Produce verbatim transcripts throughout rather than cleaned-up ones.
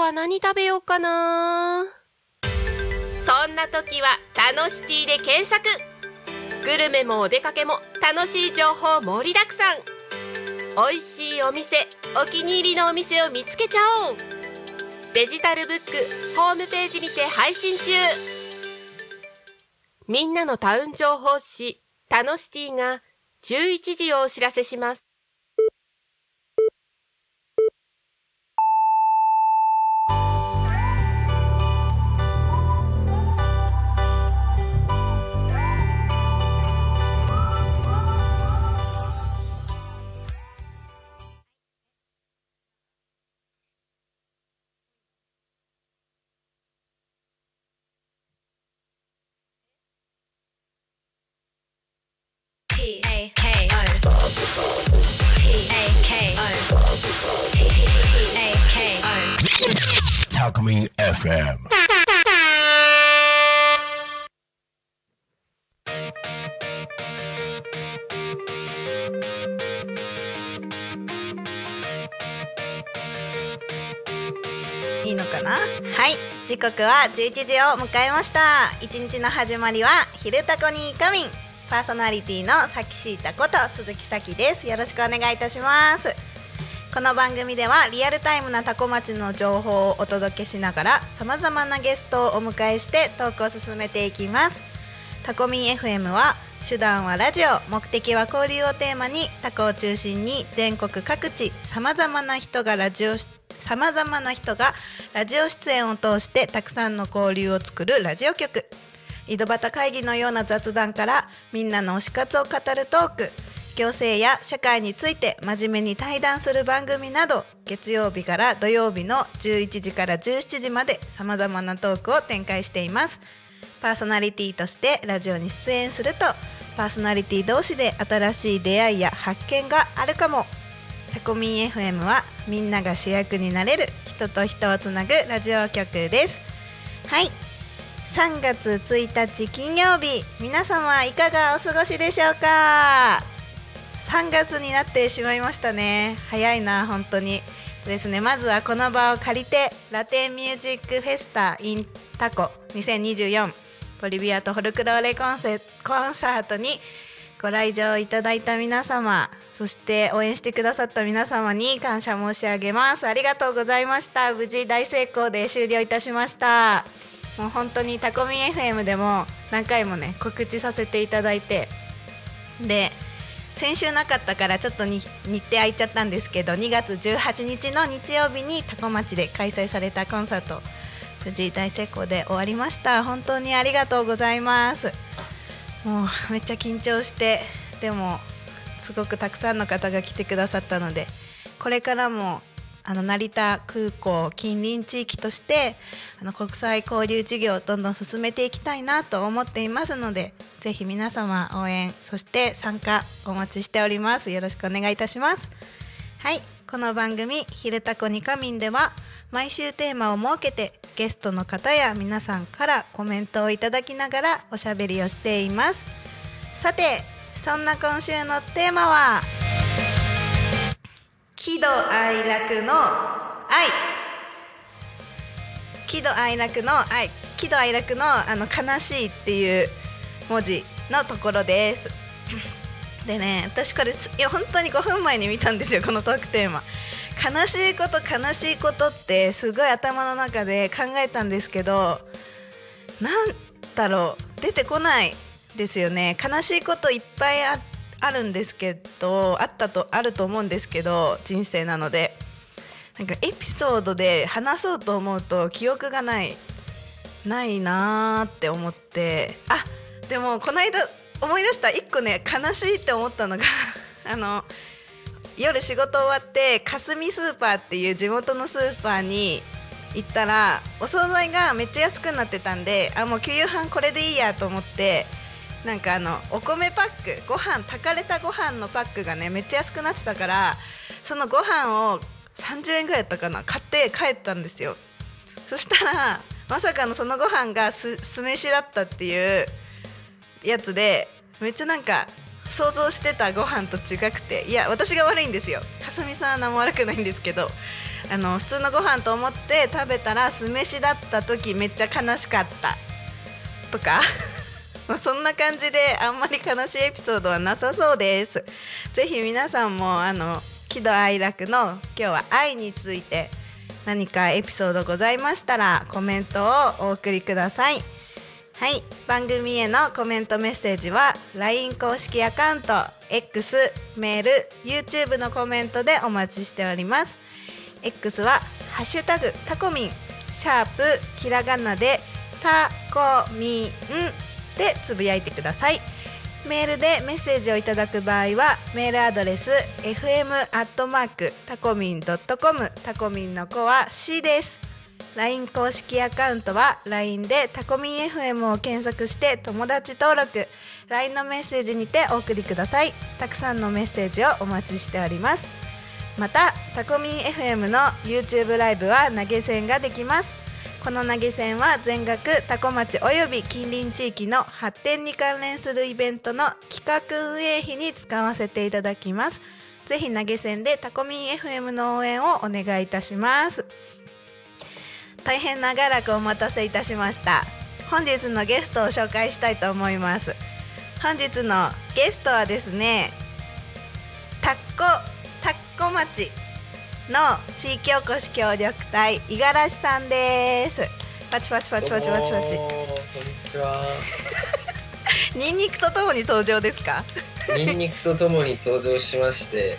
は何食べようかな。そんな時はタノシティで検索。グルメもお出かけも楽しい情報盛りだくさん。おいしいお店、お気に入りのお店を見つけちゃおう。デジタルブックホームページにて配信中。みんなのタウン情報誌タノシティがじゅういちじをお知らせします。 タコミン エフエム。 いいのかな。はい、時刻はじゅういちじを迎えました。一日の始まりは昼タコに仮眠。パーソナリティのさきしーたこと鈴木咲です。よろしくお願いいたします。この番組ではリアルタイムなタコ町の情報をお届けしながらさまざまなゲストをお迎えしてトークを進めていきます。タコミン エフエム は手段はラジオ、目的は交流をテーマにタコを中心に全国各地さまざまな人がラジオさまざまな人がラジオ出演を通してたくさんの交流を作るラジオ局。井戸端会議のような雑談からみんなの推し活を語るトーク、行政や社会について真面目に対談する番組など、月曜日から土曜日のじゅういちじからじゅうしちじまでさまざまなトークを展開しています。パーソナリティとしてラジオに出演するとパーソナリティ同士で新しい出会いや発見があるかも。タコミン エフエム はみんなが主役になれる人と人をつなぐラジオ局です。はい、さんがつついたち金曜日、皆様いかがお過ごしでしょうか。さんがつになってしまいましたね。早いな本当にですね。まずはこの場を借りてラテンミュージックフェスタ in タコにせんにじゅうよんボリビアとフォルクローレコンセコンサートにご来場いただいた皆様、そして応援してくださった皆様に感謝申し上げます。ありがとうございました。無事大成功で終了いたしました。もう本当にタコミン エフエム でも何回もね告知させていただいて、で先週なかったからちょっとに日程空いちゃったんですけど、にがつじゅうはちにちの日曜日にタコ町で開催されたコンサート、無事大成功で終わりました。本当にありがとうございます。もうめっちゃ緊張して、でもすごくたくさんの方が来てくださったので、これからもあの成田空港近隣地域としてあの国際交流事業をどんどん進めていきたいなと思っていますので、ぜひ皆様応援そして参加お待ちしております。よろしくお願いいたします。はい、この番組昼タコに仮眠では毎週テーマを設けてゲストの方や皆さんからコメントをいただきながらおしゃべりをしています。さて、そんな今週のテーマは喜怒哀楽の愛。喜怒哀楽の愛喜怒哀楽のあの悲しいっていう文字のところです。でね、私これいや本当にごふんまえに見たんですよ、このトークテーマ。悲しいこと悲しいことってすごい頭の中で考えたんですけど、なんだろう出てこないですよね。悲しいこといっぱい あ, あるんですけどあったとあると思うんですけど、人生なのでなんかエピソードで話そうと思うと記憶がないないなーって思って、あでもこの間思い出したいっこね、悲しいって思ったのがあの夜仕事終わって霞スーパーっていう地元のスーパーに行ったらお惣菜がめっちゃ安くなってたんで、あもう給油飯これでいいやと思って、なんかあのお米パックご飯炊かれたご飯のパックがねめっちゃ安くなってたから、そのご飯をさんじゅうえんぐらいだったかな買って帰ったんですよ。そしたらまさかのそのご飯が酢飯だったっていうやつで、めっちゃなんか想像してたご飯と違くて、いや私が悪いんですよ、かすみさんは何も悪くないんですけど、 あの普通のご飯と思って食べたら酢飯だった時めっちゃ悲しかったとかまあそんな感じであんまり悲しいエピソードはなさそうです。ぜひ皆さんもあの喜怒哀楽の今日は愛について何かエピソードございましたらコメントをお送りください。はい、番組へのコメントメッセージは ライン 公式アカウント X、メール、YouTube のコメントでお待ちしております。 X はハッシュタグタコミンシャープひらがなでタコミンでつぶやいてください。メールでメッセージをいただく場合はメールアドレス エフエム アットマーク タコミン ドットコム タコミンの子は C です。 ライン 公式アカウントは ライン でタコミン エフエム を検索して友達登録、 ライン のメッセージにてお送りください。たくさんのメッセージをお待ちしております。またタコミン エフエム の YouTube ライブは投げ銭ができます。この投げ銭は全額多古町および近隣地域の発展に関連するイベントの企画運営費に使わせていただきます。ぜひ投げ銭でタコミン エフエム の応援をお願いいたします。大変長らくお待たせいたしました。本日のゲストを紹介したいと思います。本日のゲストはですね、タッコタッコ町の地域おこし協力隊五十嵐さんです。パチパチパチパチパチパチ。 こんにちは。 ニンニクとともに登場ですか？ ニンニクとともに登場しまして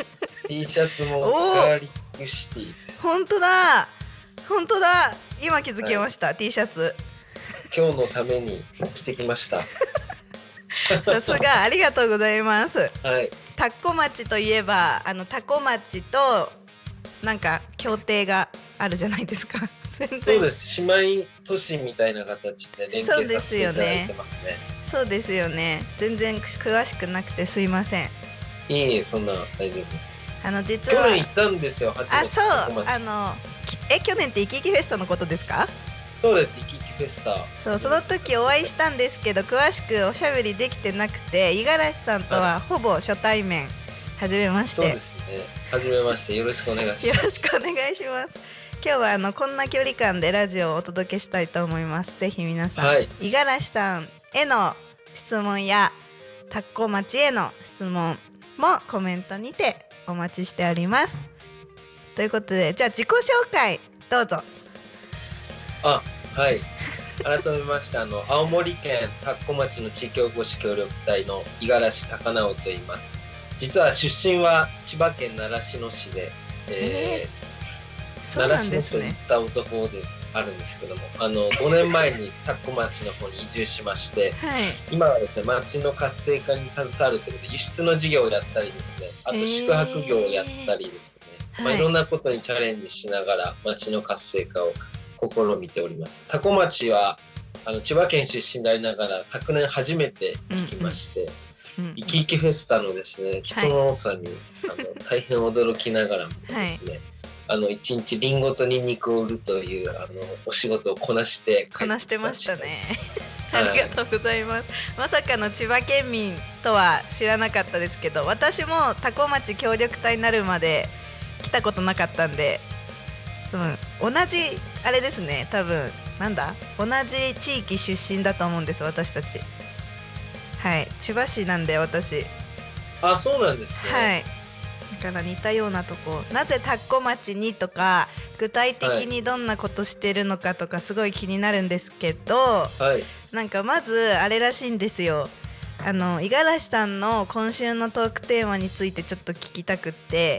T シャツもガーリックシティです。 本当だ本当だ、今気づきました、はい、T シャツ今日のために着てきましたさすが、ありがとうございます。 はい、 タッコ町といえばあのタコ町となんか協定があるじゃないですか。全然そうです、姉妹都市みたいな形で連携させていただいてますね。 そうですよね。全然詳しくなくてすいません。 いいえ、そんな大丈夫です。 あの実は去年行ったんですよ、初めて。 あ、そう、あのえ去年ってイキイキフェスタのことですか？ そうです、イキイキフェスタ。 そう、その時お会いしたんですけど詳しくおしゃべりできてなくて、五十嵐さんとはほぼ初対面。はじめまして。 そうですね、はじめまして、よろしくお願いします。 よろしくお願いします。今日はあのこんな距離感でラジオをお届けしたいと思います。ぜひ皆さん、 はい、 五十嵐さんへの質問やタッコ町への質問もコメントにてお待ちしております。ということで、じゃあ自己紹介どうぞ。 あ、はい、改めましてあの青森県田子町の地域おこし協力隊の五十嵐貴直と言います。実は出身は千葉県習志野市で、えー、 そうなん習ですね。 志野といった男であるんですけども、あのごねんまえに田子町の方に移住しましてはい、 今はですね、町の活性化に携わるということで輸出の事業をやったりですね、あと宿泊業をやったりですね、 えーまあ、いろんなことにチャレンジしながら町の活性化を試みております。多古町はあの千葉県出身でありながら昨年初めて行きまして、うんうんイキイキフェスタのですね、人の多さに、はい、あの大変驚きながらもですね、はい、あの一日リンゴとニンニクを売るというあのお仕事をこなしてこなしてましたね、 はい、 ありがとうございます。まさかの千葉県民とは知らなかったですけど、私も多古町協力隊になるまで来たことなかったんで、うん、同じあれですね、多分なんだ同じ地域出身だと思うんです、私たち。はい、千葉市なんで私。 あ、そうなんですね。 はい、だから似たようなとこ、なぜ田子町にとか具体的にどんなことしてるのかとかすごい気になるんですけど、はい、なんかまずあれらしいんですよ。あの五十嵐さんの今週のトークテーマについてちょっと聞きたくって、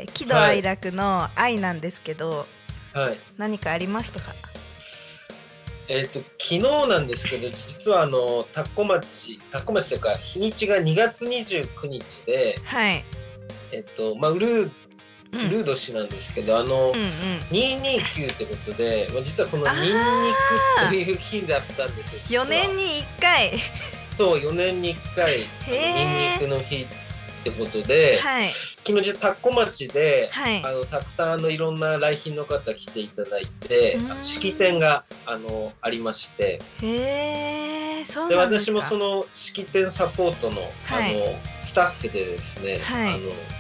喜怒哀楽の愛なんですけど、はい、何かありますとか。 えー、と昨日なんですけど、実はあの田子町田子町というか日にちがにがつにじゅうくにちで、はいえっとまあ、ウルーウルー年なんですけど、うん、あの、うんうん、にひゃくにじゅうきゅうってことで、まあ、実はこのニンニクという日だったんですよ。よねんにいっかいそうよねんにいっかいニンニクの日ってことで、はい、昨日実は田子町で、はい、あのたくさんあのいろんな来賓の方来ていただいて、式典が あのありまして、へー、そうなんですか。で私もその式典サポート の、はい、あのスタッフでですね、はい、あの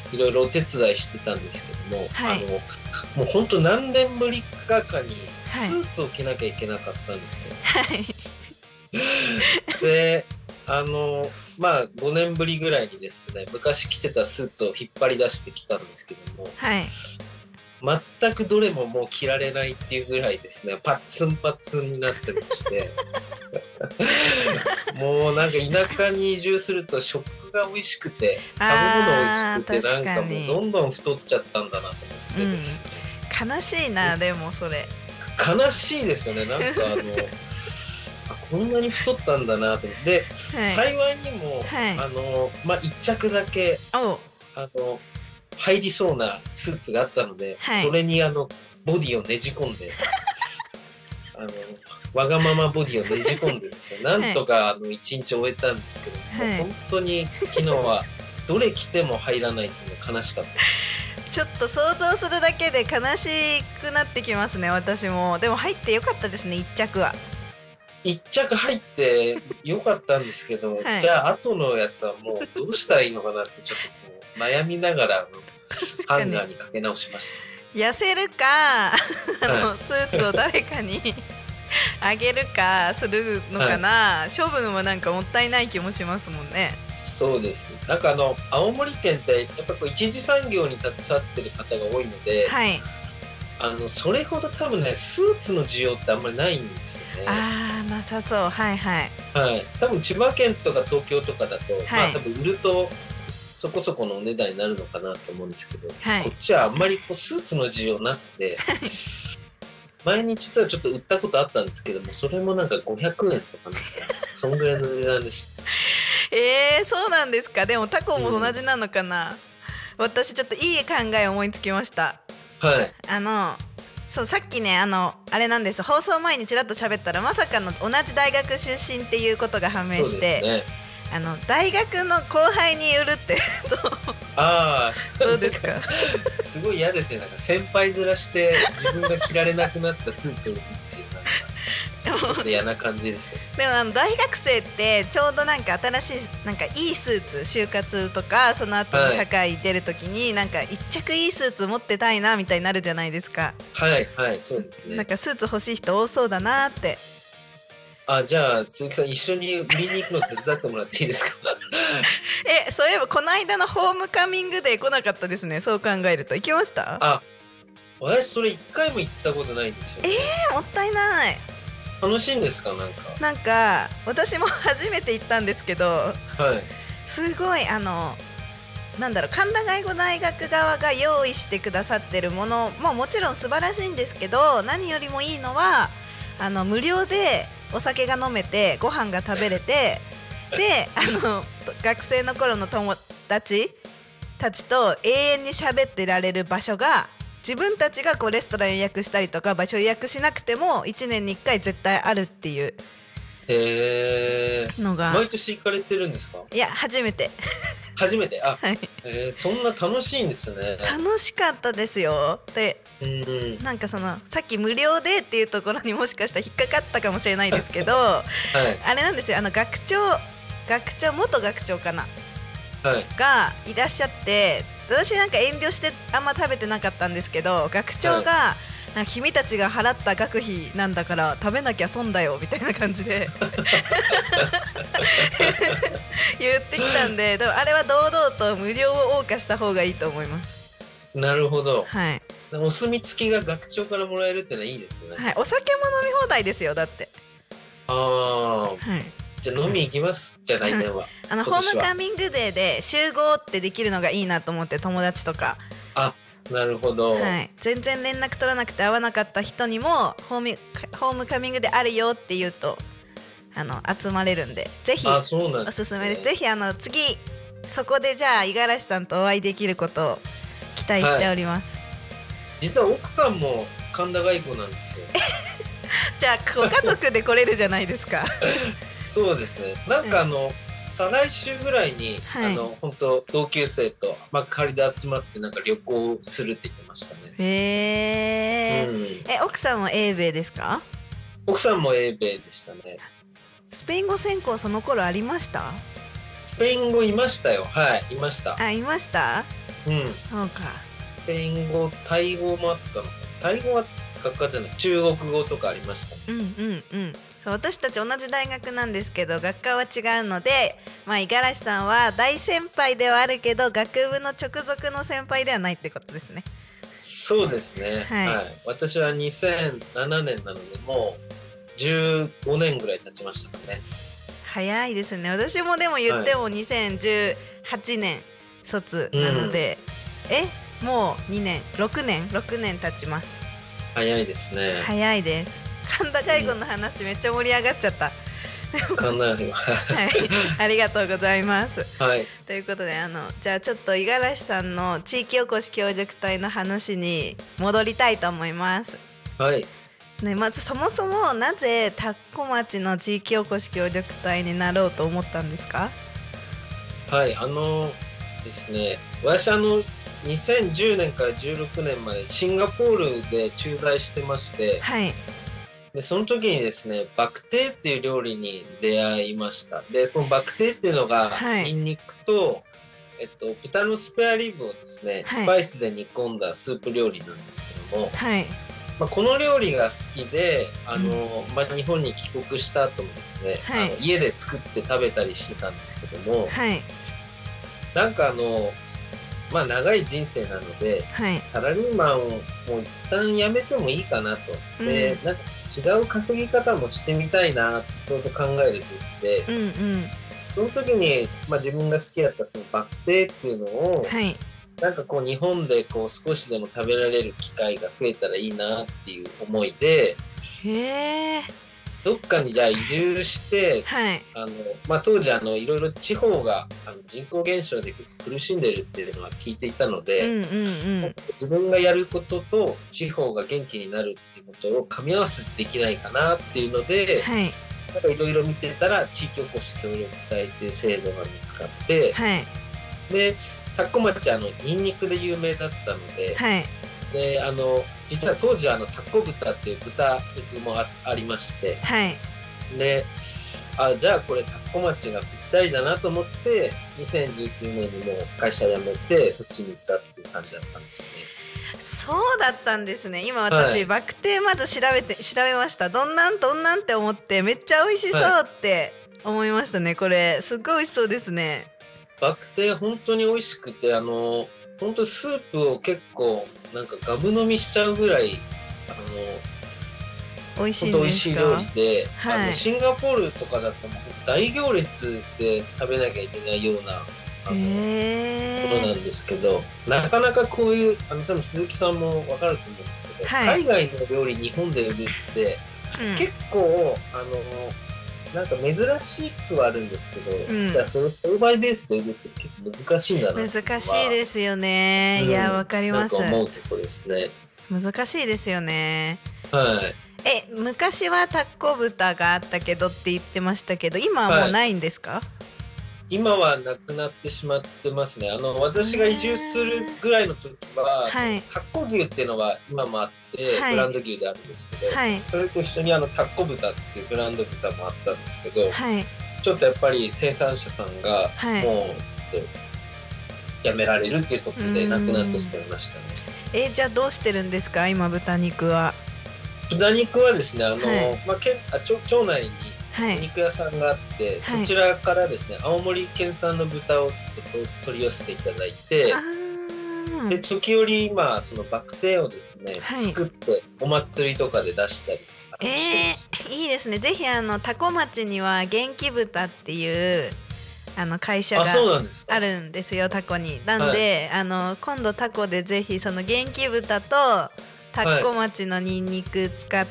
いろいろお手伝いしてたんですけども、 はい、 あのもう本当何年ぶりかかにスーツを着なきゃいけなかったんですよ。 はい、 であのまあごねんぶりぐらいにですね、昔着てたスーツを引っ張り出してきたんですけども、 はい、 全くどれももう着られないっていうぐらいですね、パッツンパッツンになってましてもうなんか田舎に移住すると食が美味しくて食べ物美味しくて、なんかもうどんどん太っちゃったんだなと思ってですね、 うん、悲しいな。でもそれ悲しいですよね。なんかあのあこんなに太ったんだなと思って、はい、幸いにも、はい、あのまあいっ着だけあの入りそうなスーツがあったので、はい、それにあのボディをねじ込んであのわがままボディをねじ込んでですね、なんとかあのいちにち終えたんですけど、はい、もう本当に昨日はどれ着ても入らないっていうのが悲しかったですちょっと想像するだけで悲しくなってきますね、私も。でも入ってよかったですね、いっ着は。 いっ着入ってよかったんですけど、はい、じゃあ後のやつはもうどうしたらいいのかなってちょっとこう悩みながらハンガーにかけ直しました。 痩せるかあの、はい、スーツを誰かにあげるかするのかな、はい、処分はなんかもったいない気もしますもんね。 そうです。なんかあの青森県ってやっぱこう一次産業に携わってる方が多いので、はい、あのそれほど多分ねスーツの需要ってあんまりないんですよね。 あーなさそう。はいはいはい。多分千葉県とか東京とかだと、はい、まあ多分売るとそこそこのお値段になるのかなと思うんですけど、はい、こっちはあんまりこうスーツの需要なくて前に実はちょっと売ったことあったんですけども、それもなんかごひゃくえんとかなんかそんぐらいの値段でしたえーそうなんですか。でもタコも同じなのかな、うん、私ちょっといい考え思いつきました。 はい。 あのそうさっきねあのあれなんです、放送前にちらっと喋ったらまさかの同じ大学出身っていうことが判明して、そうですね、あの大学の後輩に売るってあどうですかすごい嫌ですよ。なんか先輩面して自分が着られなくなったスーツを売るっていうなんかちょっと嫌な感じですよ。 でもあの大学生ってちょうどなんか新しいなんかいいスーツ、就活とかその後の社会出るときに、はい、なんか一着いいスーツ持ってたいなみたいになるじゃないですか。 はいはいそうですね。 なんかスーツ欲しい人多そうだなって。 あ、じゃあ鈴木さん一緒に売りに行くの手伝ってもらっていいですかえ、そういえばこの間のホームカミングデー来なかったですね。そう考えると。行きました？ あ、私それ一回も行ったことないんですよ、ね、 えー、もったいない。 楽しいんですか？なんかなんか私も初めて行ったんですけど、はい、すごいあのなんだろう、神田外語大学側が用意してくださってるものももちろん素晴らしいんですけど、何よりもいいのはあの無料でお酒が飲めてご飯が食べれてであの学生の頃の友達たちと永遠に喋ってられる場所が、自分たちがこうレストラン予約したりとか場所予約しなくてもいちねんにいっかい絶対あるっていうのが。 毎年行かれてるんですか？ いや初めて初めて。あ、 はい、 えー、そんな楽しいんですね。 楽しかったですよ。で、うん、なんかそのさっき無料でっていうところにもしかしたら引っかかったかもしれないですけど、はい、あれなんですよ、あの学長学長元学長かな、はい、がいらっしゃって、私なんか遠慮してあんま食べてなかったんですけど、学長が、はい、なんか君たちが払った学費なんだから食べなきゃ損だよみたいな感じで言ってきたんで、でもあれは堂々と無料を謳歌した方がいいと思います。 なるほど、 はい、 お墨付きが学長からもらえるってのはいいですね。 はい、お酒も飲み放題ですよ。だってああ、はい、じゃあ飲み行きます、うん、じゃあ来年はあのホームカミングデーで集合ってできるのがいいなと思って、友達とか。 あ、なるほど、 はい、全然連絡取らなくて会わなかった人にもホーム、ホームカミングデーあるよって言うとあの集まれるんで、ぜひおすすめです。ぜひあの次そこでじゃあ五十嵐さんとお会いできることを期待しております、はい、 実は奥さんも神田外語なんですよじゃあご家族で来れるじゃないですかそうですね。なんかあの、はい、再来週ぐらいに、はい、あの本当同級生と幕張で集まってなんか旅行するって言ってましたね。 へー、うん、え奥さんは英米ですか？ 奥さんも英米でしたね。 スペイン語専攻その頃ありました？ スペイン語いましたよ。はいいました。 あいました。 うんそうか。 スペイン語、タイ語もあったのか。タイ語は学科じゃない、中国語とかありました、 ね、うんうんうん。そう私たち同じ大学なんですけど学科は違うので、まあ、五十嵐さんは大先輩ではあるけど学部の直属の先輩ではないってことですね。 そうですね、はいはい、私はにせんななねんなのでもうじゅうごねんぐらい経ちましたかね。 早いですね。私もでも言ってもにせんじゅうはちねん卒なので、うん、えもうにねんろくねんろくねん経ちます。 早いですね。 早いです。神田海軍の話、うん、めっちゃ盛り上がっちゃった。 神田海軍はいありがとうございます、 はい、 ということであのじゃあちょっと五十嵐さんの地域おこし協力隊の話に戻りたいと思います。 はいね、まずそもそもなぜ田子町の地域おこし協力隊になろうと思ったんですか？ はいあのですね私あのにせんじゅうねんからじゅうろくねんまでシンガポールで駐在してまして、 はい、 でその時にですねバクテーっていう料理に出会いました。でこのバクテーっていうのが、はい、ニンニクと、えっと、豚のスペアリブをですね、はい、スパイスで煮込んだスープ料理なんですけども、 はいまあ、この料理が好きであの、うんまあ、日本に帰国した後もですね、はい、あの家で作って食べたりしてたんですけども、 はい、 なんかあのまあ長い人生なので、はい、サラリーマンをもう一旦やめてもいいかなと、うん、でなんか違う稼ぎ方もしてみたいなと考えるときで、 うんうん、 その時に、まあ、自分が好きだったそのバクテーっていうのを、 はい、 なんかこう日本でこう少しでも食べられる機会が増えたらいいなっていう思いで、 へーどっかにじゃあ移住して、 はいあのまあ、当時あのいろいろ地方があの人口減少で苦しんでるっていうのは聞いていたので、 うんうんうん、 自分がやることと地方が元気になるっていうことを噛み合わせてできないかなっていうので、 はい、 なんかいろいろ見てたら地域おこし協力隊っていう制度が見つかって、 はい、 で田子町はあのニンニクで有名だったので、 はい、 であの実は当時はあの田子豚っていう豚肉も あ, ありまして、 はい、 であじゃあこれ田子町がぴったりだなと思ってにせんじゅうきゅうねんにもう会社を辞めてそっちに行ったっていう感じだったんですよね。 そうだったんですね。今私、はい、バクテーまず調べて調べました。どんなんどんなんって思ってめっちゃ美味しそうって思いましたね。これすっごい美味しそうですね。 バクテー本当に美味しくてあの本当スープを結構なんかガブ飲みしちゃうぐらいあの美味しいんですか？ 美味しい料理で、 はい、 あのシンガポールとかだと大行列で食べなきゃいけないようなあのものなんですけど、なかなかこういうあの多分鈴木さんも分かると思うんですけど、はい、海外の料理日本で売るって、うん、結構あのなんか珍しくはあるんですけど、うん、じゃあその商売ベースで売るって結構難しいんだなって難しいですよね、うん、いやわかります。 なんか思うとこですね。 難しいですよね。 はい。 え昔はタコ豚があったけどって言ってましたけど今はもうないんですか？はい、 今はなくなってしまってますね。あの私が移住するぐらいの時は、はい、タコ牛っていうのは今もあって、はい、ブランド牛であるんですけど、はい、それと一緒にあのタコ豚っていうブランド豚もあったんですけど、はい、ちょっとやっぱり生産者さんがもうやめられるっていうことでなくなってしまいましたね。 えー、じゃあどうしてるんですか今豚肉は？ 豚肉はですねあの、はいまあ、けあ町町内にお肉屋さんがあって、はい、そちらからですね青森県産の豚を取り寄せていただいて、で時折今そのバクテーをですね、はい、作ってお祭りとかで出したりしてます。 えー、いいですね。ぜひあのタコ町には元気豚っていうあの会社があるんですよタコに。なんで、はい、あの今度タコでぜひその元気豚とタコ町のニンニク使って、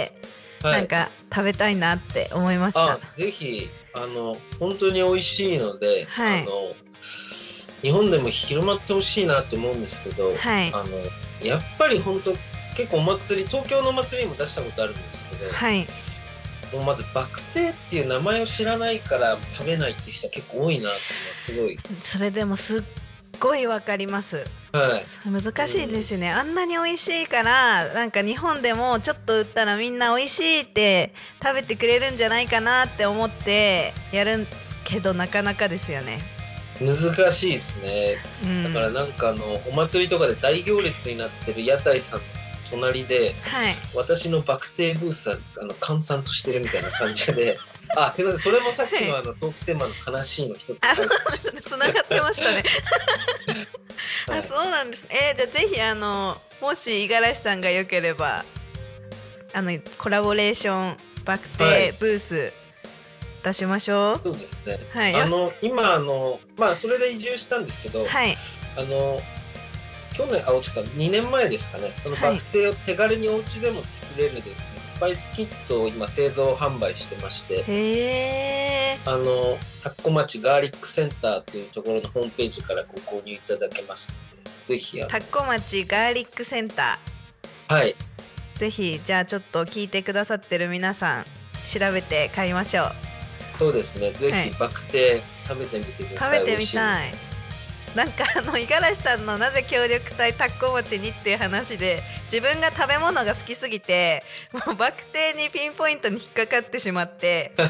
はい、なんか食べたいなって思いました。 あぜひあの本当に美味しいので、はい、あの日本でも広まってほしいなって思うんですけど、はい、あのやっぱり本当結構お祭り東京のお祭りにも出したことあるんですけど、 はい、 もうまずバクテーっていう名前を知らないから食べないっていう人は結構多いなっていうのはすごい。 それでもすっごいわかります、 はい、 難しいですよね、うん、あんなに美味しいからなんか日本でもちょっと売ったらみんな美味しいって食べてくれるんじゃないかなって思ってやるけどなかなかですよね。 難しいですね、うん、だからなんかあのお祭りとかで大行列になってる屋台さんの隣で、はい、私のバクテーブースはあの閑散としてるみたいな感じであ、すいません、それもさっきのあのトークテーマの悲しいの一つ、 あ、そうですね、つながってましたねあ、そうなんですね。えー、じゃあぜひあのもし五十嵐さんがよければあのコラボレーションバクテーブース、はい、出しましょう。 そうですね、はい、あの今あのまあそれで移住したんですけど、はい、あの去年あおちかにねんまえですかね、そのバクテーを手軽にお家でも作れるですね、スパイスキットを今製造販売してまして、へー、あの田子町ガーリックセンターというところのホームページからご購入いただけますので、ぜひ田子町ガーリックセンター、はい、 ぜひじゃあちょっと聞いてくださってる皆さん調べて買いましょう。 そうですね、ぜひバクテー食べてみてください。 食べてみたい。なんかあの五十嵐さんのなぜ協力隊田子町にっていう話で、自分が食べ物が好きすぎてもうバクテーにピンポイントに引っかかってしまってで、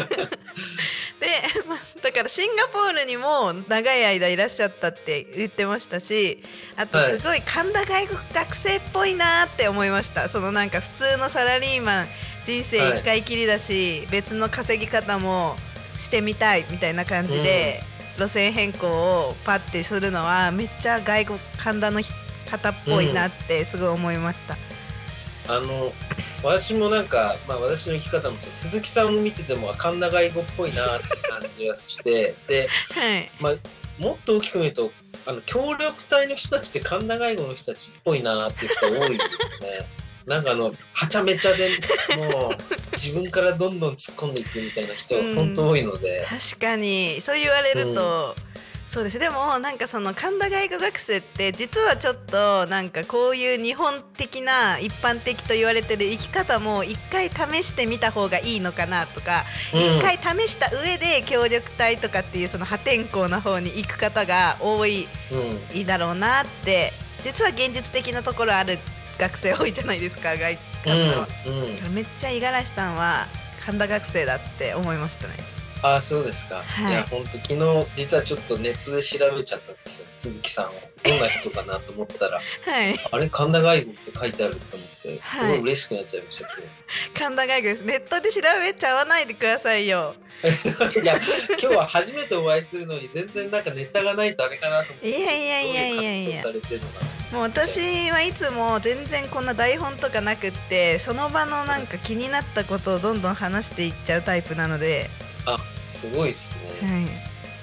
まあ、だからシンガポールにも長い間いらっしゃったって言ってましたし、あとすごい神田外国学生っぽいなって思いました。そのなんか普通のサラリーマン人生一回きりだし、はい、別の稼ぎ方もしてみたいみたいな感じで、うん、路線変更をパッてするのはめっちゃ外国神田の方っぽいなってすごい思いました、 うん、あの私もなんか、まあ、私の生き方も鈴木さんを見てても神田外国っぽいなって感じはしてで、はいまあ、もっと大きく見るとあの協力隊の人たちって神田外国の人たちっぽいなっていう人多いですねなんかあのはちゃめちゃでもう自分からどんどん突っ込んでいくみたいな人が本当多いので、 うん、確かにそう言われると、うん、そうです。でもなんかその神田外語学生って実はちょっとなんかこういう日本的な一般的と言われてる生き方も一回試してみた方がいいのかなとか、一、うん、回試した上で協力隊とかっていうその破天荒な方に行く方が多い、うん、だろうなって実は現実的なところある学生多いじゃないですか、外神田は、うんうん、めっちゃ五十嵐さんは神田学生だって思いましたね。 ああそうですか、はい、いや本当昨日実はちょっとネットで調べちゃったんですよ、鈴木さんをどんな人かなと思ったら、はい、あれ神田外語って書いてあると思ってすごい嬉しくなっちゃいました、はい、 神田外語です。ネットで調べちゃわないでくださいよいや今日は初めてお会いするのに全然なんかネタがないとあれかなと思って、いやいやいやいやいや、どういう活動されてるのかな。 もう私はいつも全然こんな台本とかなくってその場のなんか気になったことをどんどん話していっちゃうタイプなので、 あ、すごいですね。 はい。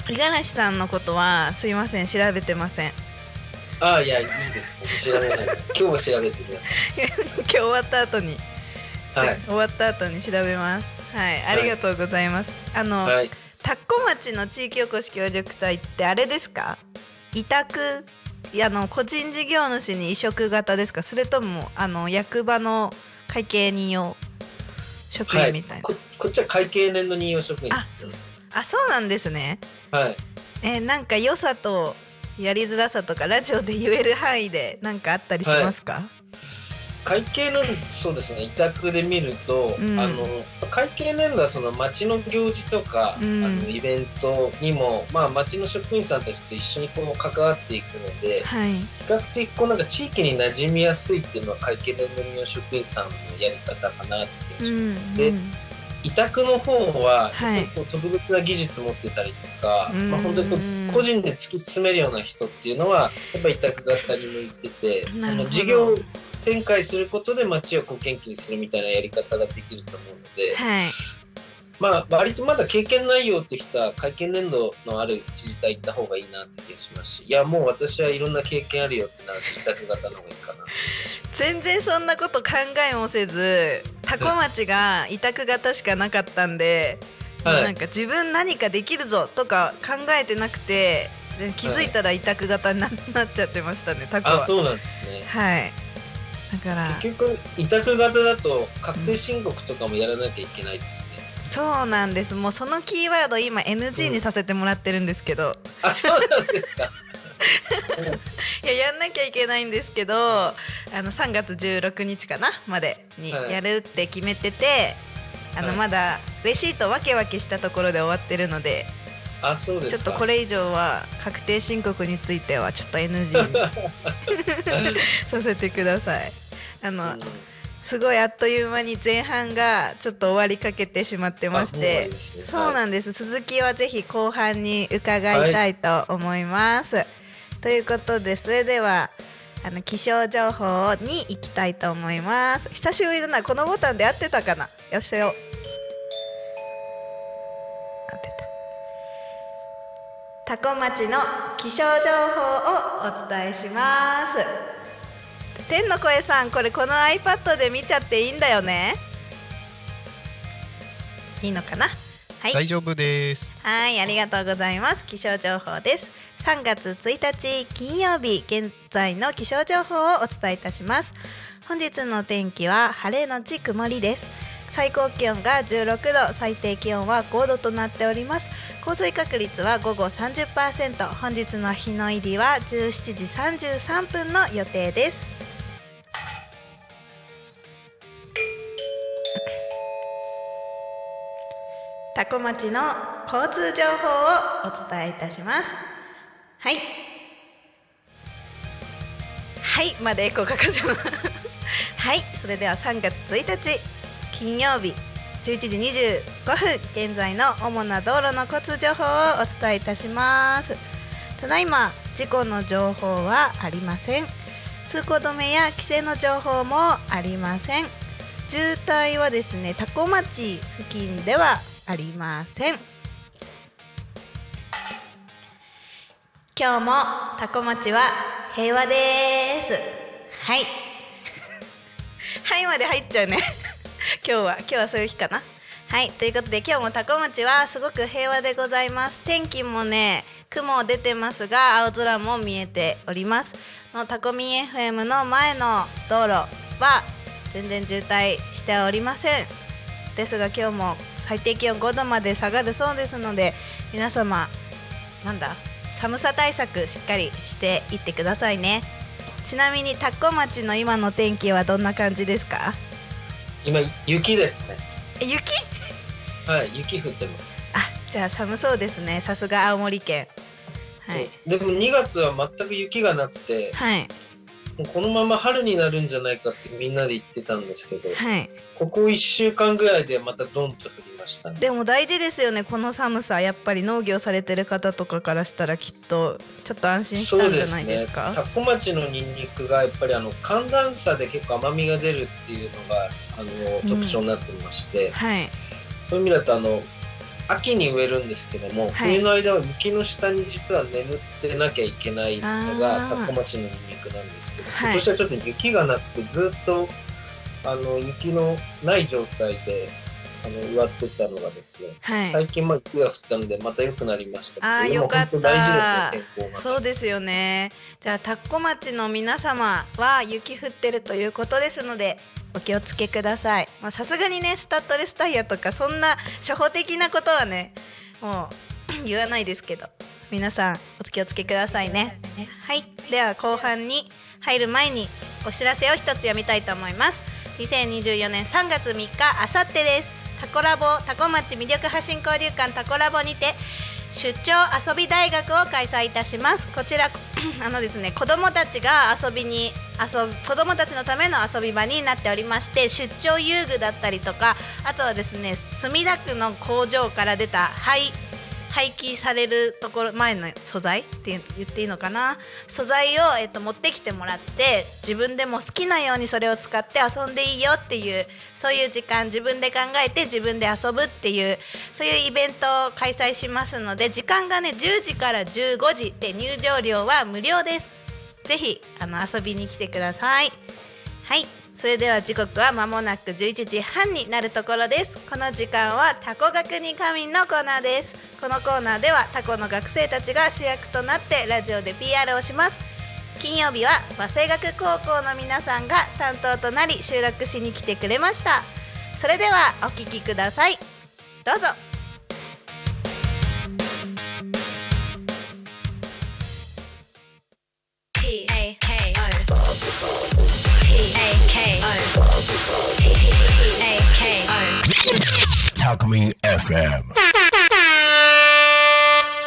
五十嵐さんのことはすいません調べてません。 あ、いやいいです、調べない今日は調べてください今日終わった後に、はい、終わった後に調べます。はい、ありがとうございます。はい、あの、はい、田子町の地域おこし協力隊ってあれですか、委託いやあの個人事業主に委嘱型ですか、それともあの役場の会計人用職員みたいな、はい、 こ, こっちは会計年の任用職員です。 あ、そうそう、あ、そうなんですね。 はい。 えー、なんか良さとやりづらさとかラジオで言える範囲でなんかあったりしますか？はい、 会計年度、そうですね、委託で見ると、うん、あの会計年度はその町の行事とか、うん、あのイベントにも、まあ、町の職員さんたちと一緒にこう関わっていくので、はい、比較的こうなんか地域に馴染みやすいっていうのは会計年度の職員さんのやり方かなって気がします。うん、で、委託の方は、はい、こう特別な技術持ってたりとか、まあ、本当にこう個人で突き進めるような人っていうのはやっぱり委託型に向いてて、その事業展開することで町をこう元気にするみたいなやり方ができると思うので、はい、まあ割とまだ経験ないよって人は会計年度のある自治体行った方がいいなって気がしますし、いやもう私はいろんな経験あるよってなると委託型の方がいいかなって気がします。 全然そんなこと考えもせず多古町が委託型しかなかったんで、はい、なんか自分何かできるぞとか考えてなくて気づいたら委託型に な, なっちゃってましたね、タコは。 あ、そうなんですね。 はい。だから結局委託型だと確定申告とかもやらなきゃいけないですよね。 うん、そうなんです。もうそのキーワード今 エヌジー にさせてもらってるんですけど、うん、 あ、そうなんですかいや、やんなきゃいけないんですけど、あのさんがつじゅうろくにちかなまでにやるって決めてて、はい、あのまだレシートわけわけしたところで終わってるので、 あ、そうですか。 ちょっとこれ以上は確定申告についてはちょっと エヌジー にさせてください。あの、うん、すごいあっという間に前半がちょっと終わりかけてしまってまして、ね、そうなんです、はい、続きはぜひ後半に伺いたいと思います、はい、ということでそれではあの気象情報に行きたいと思います。久しぶりだな、このボタンで合ってたかな。よしよ、合ってた。多古町の気象情報をお伝えします。天の声さん、これこの iPad で見ちゃっていいんだよね。いいのかな。はい、 大丈夫です。 はい、ありがとうございます。気象情報です。さんがつついたち金曜日、現在の気象情報をお伝えいたします。本日の天気は晴れのち曇りです。最高気温がじゅうろくど、最低気温はごどとなっております。降水確率は午後 さんじゅっパーセント、本日の日の入りはじゅうしちじさんじゅうさんぷんの予定です。多古町の交通情報をお伝えいたします。はいはいまだエコーかかっちゃうはい、それではさんがつついたち金曜日じゅういちじにじゅうごふん、現在の主な道路の交通情報をお伝えいたします。ただいま事故の情報はありません。通行止めや規制の情報もありません。渋滞はですね、多古町付近ではありません。今日も多古町は平和です。はいはいまで入っちゃうね今日は今日はそういう日かな。はい、ということで今日も多古町はすごく平和でございます。天気もね、雲出てますが青空も見えております。のタコミン エフエム の前の道路は全然渋滞しておりません。ですが今日も最低気温ごどまで下がるそうですので、皆様なんだ寒さ対策しっかりしていってくださいね。ちなみに多古町の今の天気はどんな感じですか？ 今雪ですね。 え、雪？ はい、雪降ってます。 あ、じゃあ寒そうですね。さすが青森県。はい。 でもにがつは全く雪がなくて、 はい。 もうこのまま春になるんじゃないかってみんなで言ってたんですけど、 はい。 ここいっしゅうかんぐらいでまたドンと降りましたね。 でも大事ですよね、この寒さ。やっぱり農業されてる方とかからしたらきっとちょっと安心したんじゃないですか。 そうですね。多古町のニンニクがやっぱりあの寒暖差で結構甘みが出るっていうのがあの特徴になってまして、うん、はい。そういう意味だとあの秋に植えるんですけども、はい、冬の間は雪の下に実は眠ってなきゃいけないのが多古町のニンニクなんですけど、今年はちょっと雪がなくてずっとあの雪のない状態であの植わってたのがですね、はい、最近まあ雪が降ったのでまた良くなりましたけど、 あ、よかった。 大事ですね、天候が。 そうですよね。じゃあ多古町の皆様は雪降ってるということですのでお気をつけください。さすがにね、スタッドレスタイヤとかそんな初歩的なことはねもう言わないですけど、皆さんお気をつけくださいね。はい、では後半に入る前にお知らせを一つ読みたいと思います。にせんにじゅうよねんさんがつみっか、あさってです。タコラボタコ町魅力発信交流館タコラボにて出張遊び大学を開催いたします。こちらあのですね、子どもたちが遊びに遊ぶ子どもたちのための遊び場になっておりまして、出張遊具だったりとか、あとはですね、墨田区の工場から出た廃廃棄されるところ前の素材って言っていいのかな、素材を、えっと、持ってきてもらって、自分でも好きなようにそれを使って遊んでいいよっていう、そういう時間自分で考えて自分で遊ぶっていう、そういうイベントを開催しますので、時間がねじゅうじからじゅうごじで入場料は無料です。ぜひあの遊びに来てください。はい、それでは時刻は間もなくじゅういちじはんになるところです。この時間はタコ学に仮眠のコーナーです。このコーナーではタコの学生たちが主役となってラジオで ピーアール をします。金曜日は和製学高校の皆さんが担当となり収録しに来てくれました。それではお聞きください。どうぞ。 タコミン エフエム。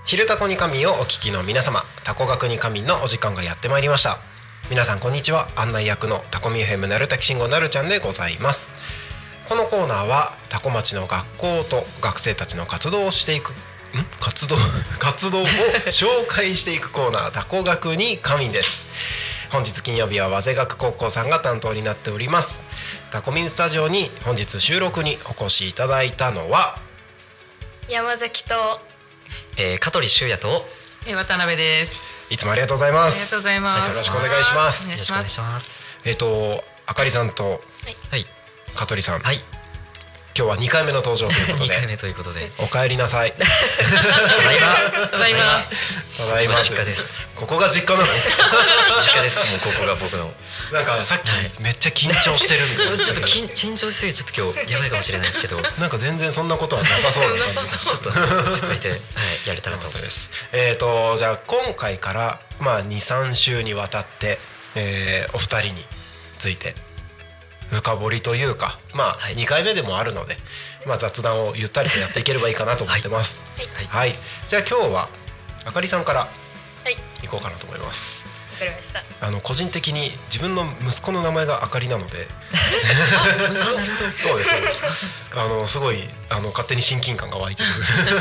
昼タコに仮眠をお聞きの皆様、タコ学に仮眠のお時間がやってまいりました。皆さんこんにちは。案内役のタコミ エフエム なるたきしんごなるちゃんでございます。このコーナーはタコ町の学校と学生たちの活動をしていくん活動活動を紹介していくコーナータコ学に仮眠です。本日金曜日は早稲学高校さんが担当になっております。タコミンスタジオに本日収録にお越しいただいたのは山崎と、 えー、香取修也と、 えー、渡辺です。 いつもありがとうございます。 ありがとうございます。 よろしくお願いします。 よろしくお願いします。 えっとあかりさんと、 はい、 香取さん、 はい、 今日はにかいめの登場ということでにかいめということでお帰りなさい。 ただいまただいまただいま。 実家です。 ここが実家なの？ 実家です。もうここが僕の。 なんかさっきめっちゃ緊張してるみたいな。 ちょっと緊緊張しすぎてちょっと今日やばいかもしれないですけど。 なんか全然そんなことはなさそうな感じ。 ちょっと落ち着いて、はい、やれたらと思います。 えっとじゃあ今回からまあにさん週にわたって、えー、お二人について深掘りというか、まあ、はい、にかいめでもあるので、まあ、雑談をゆったりとやっていければいいかなと思ってます。はい、はいはい、じゃあ今日はあかりさんからいこうかなと思います。 わかりました。 あの個人的に自分の息子の名前があかりなのでそうですそうですあのすごいあの勝手に親近感が湧いてる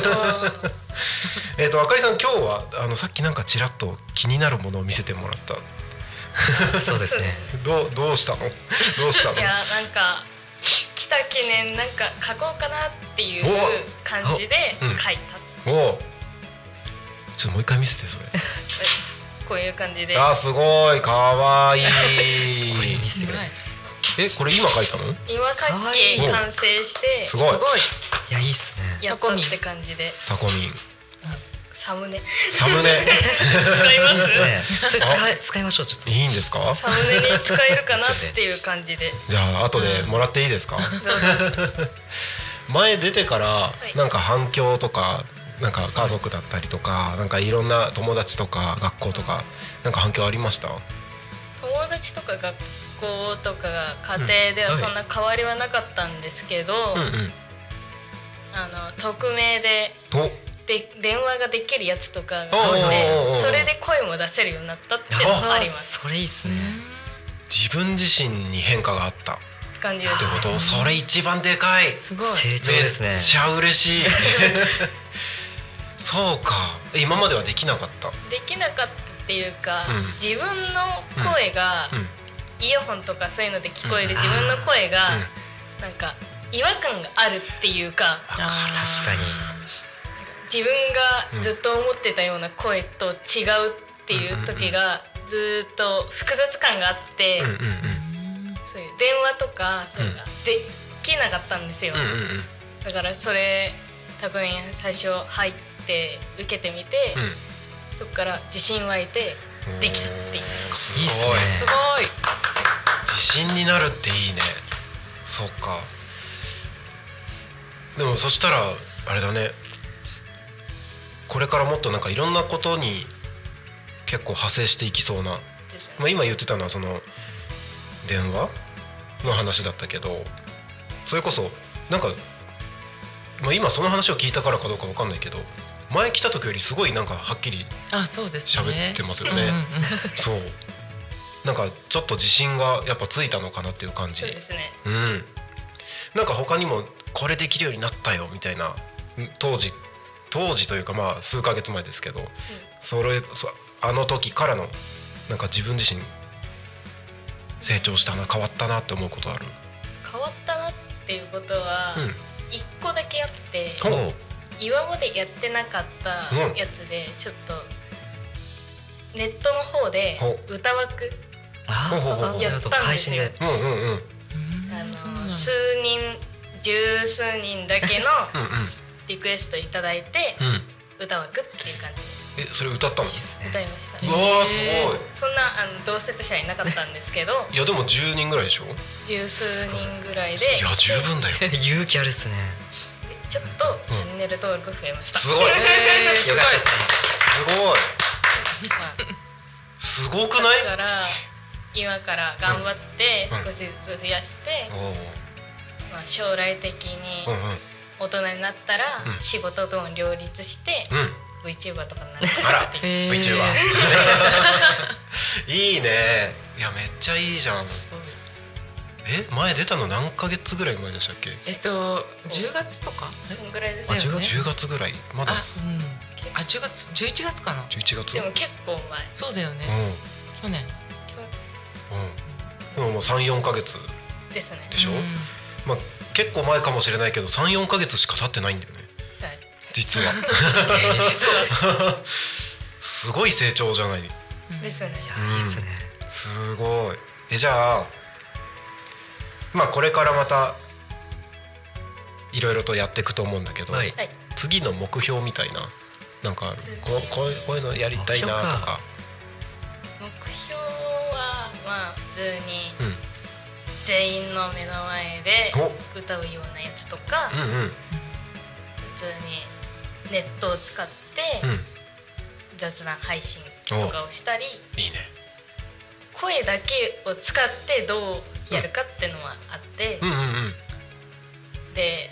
えっとあかりさん、今日はあのさっきなんかちらっと気になるものを見せてもらった。 そうですね。 どうどうしたの？どうしたの？ いや、なんか来た記念なんか書こうかなっていう感じで書いた。 お、お、ちょっともう一回見せてそれ。 こういう感じで。 あ、すごいかわいい。 見せてくれ。 え、これ今書いたの？ 今さっき完成して。 すごい。 すごい。 いや、いいっすね。 やったって感じで。 タコミン。 サムネ。 サムネ。 使います。 それ使い使いましょう。ちょっと。 いいんですか？ サムネに使えるかなっていう感じで。 じゃあ後でもらっていいですか？前出てからなんか反響とか。なんか家族だったりとか、なんかいろんな友達とか学校とかなんか反響ありました？ 友達とか学校とか家庭ではそんな変わりはなかったんですけど、うんうん、あの匿名でで電話ができるやつとかがあってそれで声も出せるようになったっていうのがあります。 それいいっすね。 自分自身に変化があった感じです。 ってこと？それ一番でかい。 すごい成長ですね。 めっちゃ嬉しい。そうか、今まではできなかった。 できなかったっていうか、うん、自分の声が、うん、イヤホンとかそういうので聞こえる自分の声が、うん、なんか違和感があるっていうか、 確かに自分がずっと思ってたような声と違うっていう時がずっと複雑感があって、うんうんうん、そういう電話とかそういうのができなかったんですよ、うんうんうん、だからそれ多分最初入ってで受けてみて、うん、そこから自信湧いてできたっていう。 すごい、 すごい自信になるっていいね。そっか。でもそしたらあれだね、これからもっとなんかいろんなことに結構派生していきそうな、まあ、今言ってたのはその電話の話だったけど、それこそなんか、まあ、今その話を聞いたからかどうか分かんないけど、前来た時よりすごいなんかはっきり喋ってますよね。そう、なんかちょっと自信がやっぱついたのかなっていう感じ。 そうですね。 うん。なんか他にもこれできるようになったよみたいな、当時当時というかまあ数ヶ月前ですけど、うん、それそあの時からのなんか自分自身成長したな、変わったなって思うことある？ 変わったなっていうことは一個だけあって。 うん、 今までやってなかったやつで、ちょっとネットの方で歌枠やったんですよ。あの数人十数人だけのリクエストいただいて歌枠っていう感じで。 え、それ歌ったの？ 歌いました。 うわー、すごい。 そんなあの同説者いなかったんですけど。 いやでもじゅうにんぐらいでしょ？ 十数人ぐらいで。 いや十分だよ。 勇気あるっすね。 ちょっとチャンネル登録増えました。 すごい。よかったですね。すごい。すごくない？ だから今から頑張って少しずつ増やして、まあ将来的に大人になったら仕事と両立して VTuber とかになるあら VTuber いいね。いやめっちゃいいじゃん。え前出たの何ヶ月ぐらい前でしたっけ？ えっとじゅうがつとかそんぐらいですあよね。 じゅうがつぐらいまだあ、うん、あじゅうがつじゅういちがつかな。 じゅういちがつでも結構前。 そうだよね、 うん、 去年うん、でももう さん,よん ヶ月ですねでしょ、 うん、 まあ結構前かもしれないけど さん,よん ヶ月しか経ってないんだよね、 はい、 実は実はすごい成長じゃない、 うん、 ですね。 いやいいっすね、 うん、すごい。えじゃあまあこれからまたいろいろとやっていくと思うんだけど、 はい、 次の目標みたいななんかある？こう、こういう、こういうのやりたいなとか。 目標はまあ普通にうん全員の目の前で歌うようなやつとか、 うんうん、 普通にネットを使って雑談配信とかをしたり、 うん、いいね。 声だけを使ってどうやるかっていうのはあって、 うんうんうん、 で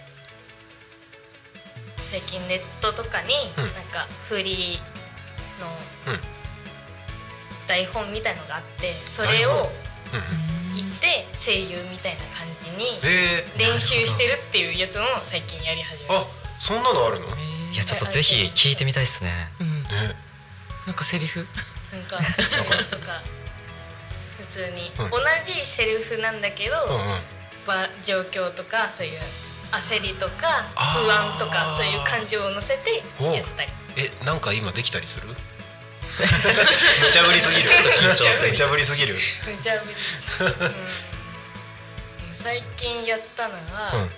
最近ネットとかになんかフリーの台本みたいのがあって、それを言って声優みたいな感じに練習してるっていうやつも最近やり始めました。 あ、そんなのあるの？ いやちょっとぜひ聞いてみたいですね。 うん、 ね、 なんかセリフなんかとか普通に同じセリフなんだけど、 うんうん、 場状況とかそういう焦りとか不安とかそういう感情を乗せてやったり。 え、なんか今できたりする？無茶ぶりすぎる。 ちょっと緊張する。 無茶ぶりすぎる。 無茶ぶり、うん、最近やったのは、うん、あ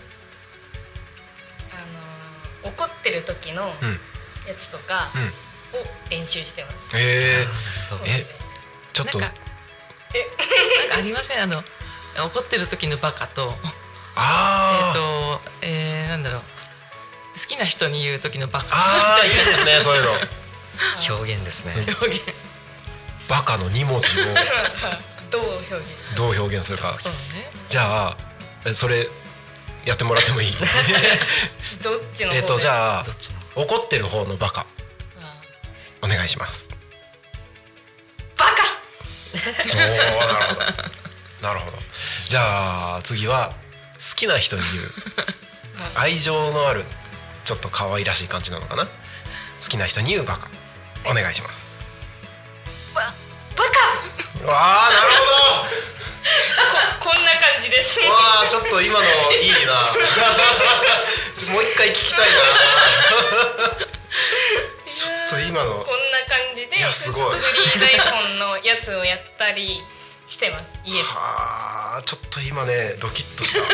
の怒ってる時のやつとかを練習してます。 うん、えー、えちょっとなんかえなんかありません？あの怒ってる時のバカとあえっ、ー、と、えー、なんだろう好きな人に言う時のバカあーいいですねそういうの表現ですね。 表現バカのに文字をどう表現どう表現するか。 そうね、 じゃあそれやってもらってもいい？ どっちの方で？ えっとじゃあどっちの怒ってる方のバカお願いします。 バカおーなるほどなるほど。じゃあ次は好きな人に言う愛情のあるちょっと可愛らしい感じなのかな。好きな人に言うバカお願いします。 ババカわあなるこ, こんな感じです。 ほど。わあちょっと今のいいなもう一回聞きたいなちょっと今のこんな感じでいやすごいフリー台本のやつをやったりしてます家で。 はあちょっと今ねドキッとした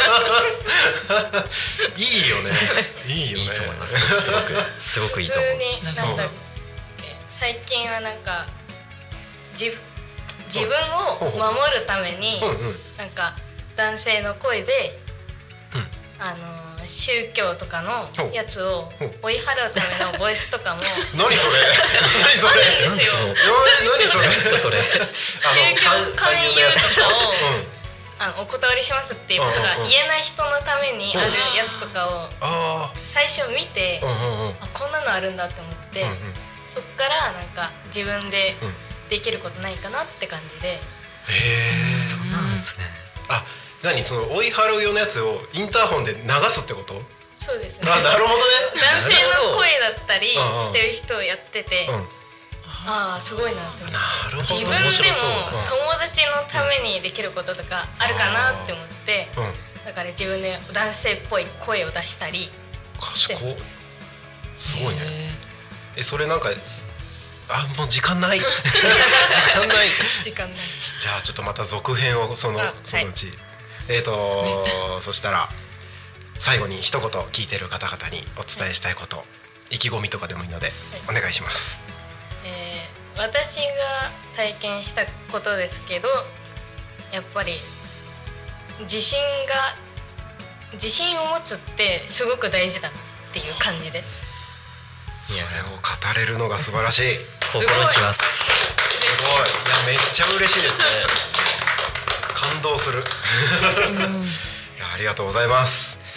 いいよねいいよね。 いいと思います。すごくすごくいいと思う。 普通になんだっけ最近はなんか自分自分を守るためになんか男性の声で、うん、あの宗教とかのやつを追い払うためのボイスとかも何それ何それあるんですよ。 何それ何ですかそれ。 宗教勧誘とかをあのお断りしますっていうことが言えない人のためにあるやつとかを最初見て、あこんなのあるんだって思って、うんうん、そっからなんか自分でできることないかなって感じで。 へえ、 そうなんですね。 あ、何その追い払うようなやつをインターホンで流すってこと？ そうですね。 あ、なるほどね。 男性の声だったりしてる人をやってて、うん、ああすごいなって。 なるほど。 自分でも友達のためにできることとかあるかなって思って、うん、だから自分で男性っぽい声を出したり。 賢い。すごいね。え、それなんかあ、もう時間ない時間ない時間ない。 じゃあちょっとまた続編をそのそのうち、はい、えーとそしたら最後に一言聞いてる方々にお伝えしたいこと、はい、意気込みとかでもいいのでお願いします。 えー、私が体験したことですけど、やっぱり自信が自信を持つってすごく大事だなっていう感じです。 それを語れるのが素晴らしい。 心にきます。 すごい。いやめっちゃ嬉しいですね。感動する。いやありがとうございます。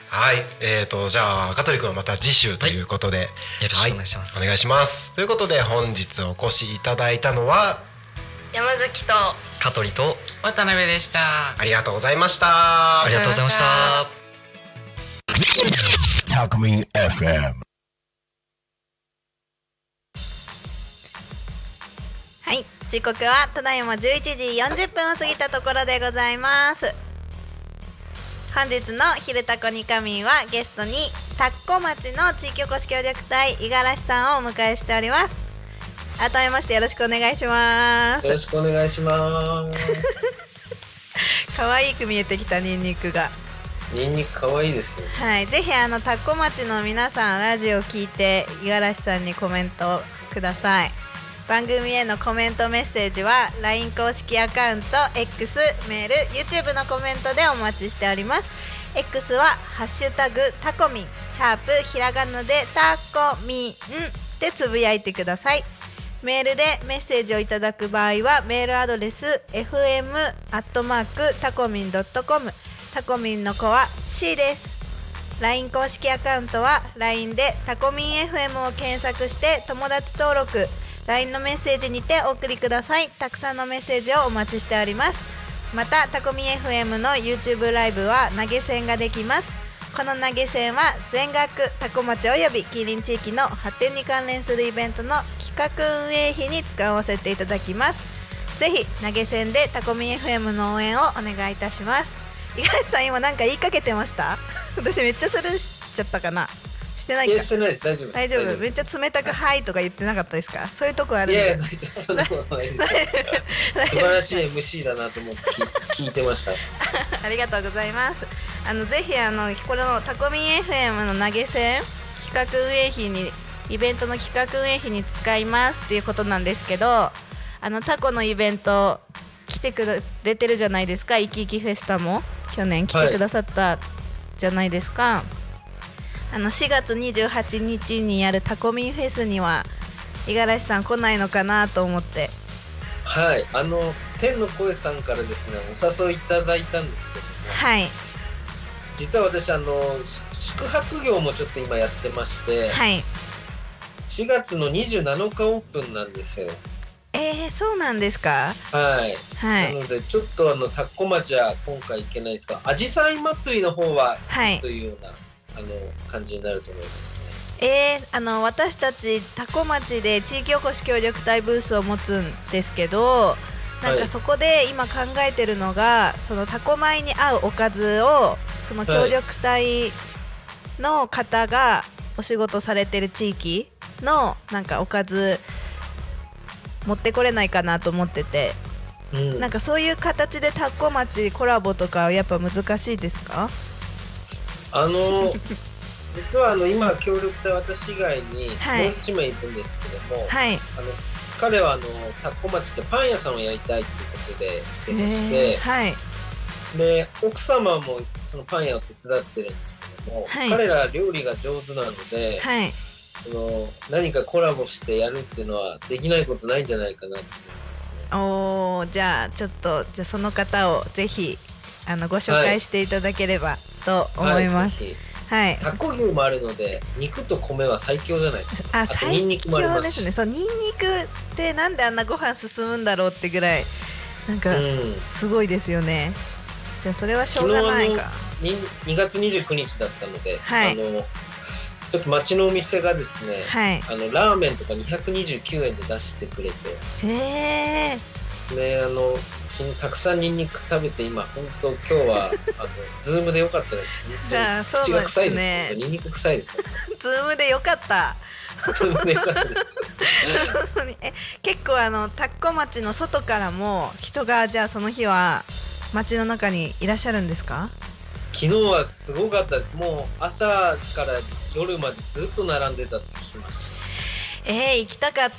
はい、えーとじゃあ香取君はまた次週ということで、はい、よろしくお願いします、 はい、お願いします。ということで本日お越しいただいたのは山崎と香取と渡辺でした。 ありがとうございました。 ありがとうございました。 タコミン エフエム。 はい、時刻はただいまじゅういちじよんじゅっぷんを過ぎたところでございます。本日の昼タコにかみんはゲストに田子町の地域おこし協力隊五十嵐さんをお迎えしております。改めましてよろしくお願いします。 よろしくお願いします可愛く見えてきたニンニクが。 ニンニク可愛いですよ。 はい、ぜひあの田子町の皆さんラジオを聞いて五十嵐さんにコメントください。番組へのコメントメッセージは ライン 公式アカウント X、 メール、 YouTube のコメントでお待ちしております。 X はハッシュタグタコミンシャープひらがなでタコミンでつぶやいてください。メールでメッセージをいただく場合はメールアドレス エフエム アットマーク タコミン ドットコム、 タコミンの子は C です。 ライン 公式アカウントは ライン でタコミン エフエム を検索して友達登録、ライン のメッセージにてお送りください。たくさんのメッセージをお待ちしております。またタコミ エフエム の YouTube ライブは投げ銭ができます。この投げ銭は全額タコ町および近隣地域の発展に関連するイベントの企画運営費に使わせていただきます。ぜひ投げ銭でタコミ エフエム の応援をお願いいたします。五十嵐さん今なんか言いかけてました私めっちゃスルーしちゃったかな。してないか。 いやしてないです。大丈夫大丈夫。めっちゃ冷たくはいとか言ってなかったですか。そういうとこあるんで。 いやいや大丈夫。そんなことないです素晴らしい エムシー だなと思って聞いてましたありがとうございます。あのぜひあのこれのタコミン エフエム の投げ銭企画運営費にイベントの企画運営費に使いますっていうことなんですけど、あのタコのイベント来てくれてるじゃないですか。イキイキフェスタも去年来てくださったじゃないですか、はい、あのしがつにじゅうはちにちにやるタコミンフェスには五十嵐さん来ないのかなと思って。 はい、あの天の声さんからですねお誘いいただいたんですけども、 はい、 実は私あの宿泊業もちょっと今やってまして、 はい、 しがつのにじゅうなのかオープンなんですよ。 えー、そうなんですか。 はい、 はい、 なのでちょっとあの田子町は今回行けないですが、あじさい祭りの方ははい、 というようなあの感じになると思いますね。 えー、あの私たち多古町で地域おこし協力隊ブースを持つんですけど、なんかそこで今考えてるのが、はい、その多古米に合うおかずをその協力隊の方がお仕事されてる地域のなんかおかず持ってこれないかなと思ってて、うん、なんかそういう形で多古町コラボとかやっぱ難しいですか？ あの実はあの今協力隊私以外にもう一名いるんですけども、 はい、 あの彼はあの田子町でパン屋さんをやりたいということで来てまして、 はい、 で奥様もそのパン屋を手伝ってるんですけども、はい、彼ら料理が上手なので、 はい、 その何かコラボしてやるっていうのはできないことないんじゃないかなと思いますね。 おー、じゃあちょっとじゃあその方をぜひあのご紹介していただければと思います。はいはい、 タコ牛もあるので肉と米は最強じゃないですか。 あ、最強ですね。そう、ニンニクってなんであんなご飯進むんだろうってぐらいなんかすごいですよね、うん、じゃあそれはしょうがないか。 にがつにじゅうくにちだったので、 はい、 あのちょっと町のお店がですね、 はい、 あのラーメンとかにひゃくにじゅうきゅうえんで出してくれて、 へーであのたくさんニンニク食べて今本当今日はあのズームでよかったです。 あ、そうですね、 口が臭いです。ニンニク臭いです。 ズームでよかった。 ズームでよかったです。 え、結構あの田子町の外からも人がじゃあその日は町の中にいらっしゃるんですか？ 昨日はすごかったです。もう朝から夜までずっと並んでたって聞きました。 えー、行きたかった。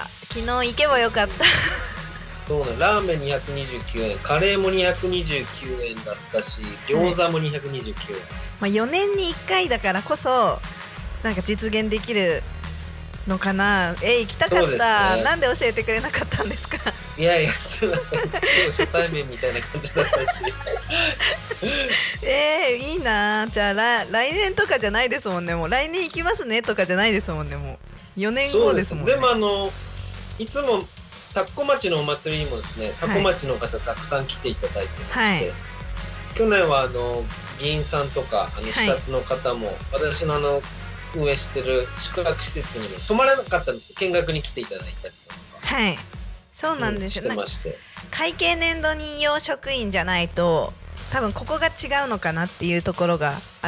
昨日行けばよかった。 そうね、ラーメンにひゃくにじゅうきゅうえん、カレーもにひゃくにじゅうきゅうえんだったし、餃子もにひゃくにじゅうきゅうえん、はい、 まあ、よねんにいっかいだからこそなんか実現できるのかな。えー、行きたかった、ね、なんで教えてくれなかったんですか？ いやいや、すいません、今日初対面みたいな感じだったしえー、いいな。じゃあ来年とかじゃないですもんね。もう来年行きますねとかじゃないですもんね。もうよねんごですもんね。 でもあのいつも田子町のお祭りにもですね、田子町の方たくさん来ていただいてまして、はい、去年はあの議員さんとかあの視察の方も、はい、私のあの運営してる宿泊施設にも泊まらなかったんですけど見学に来ていただいたりとか、 はい、そうなんですよ、うん、してまして、会計年度任用職員じゃないと多分ここが違うのかなっていうところがあって、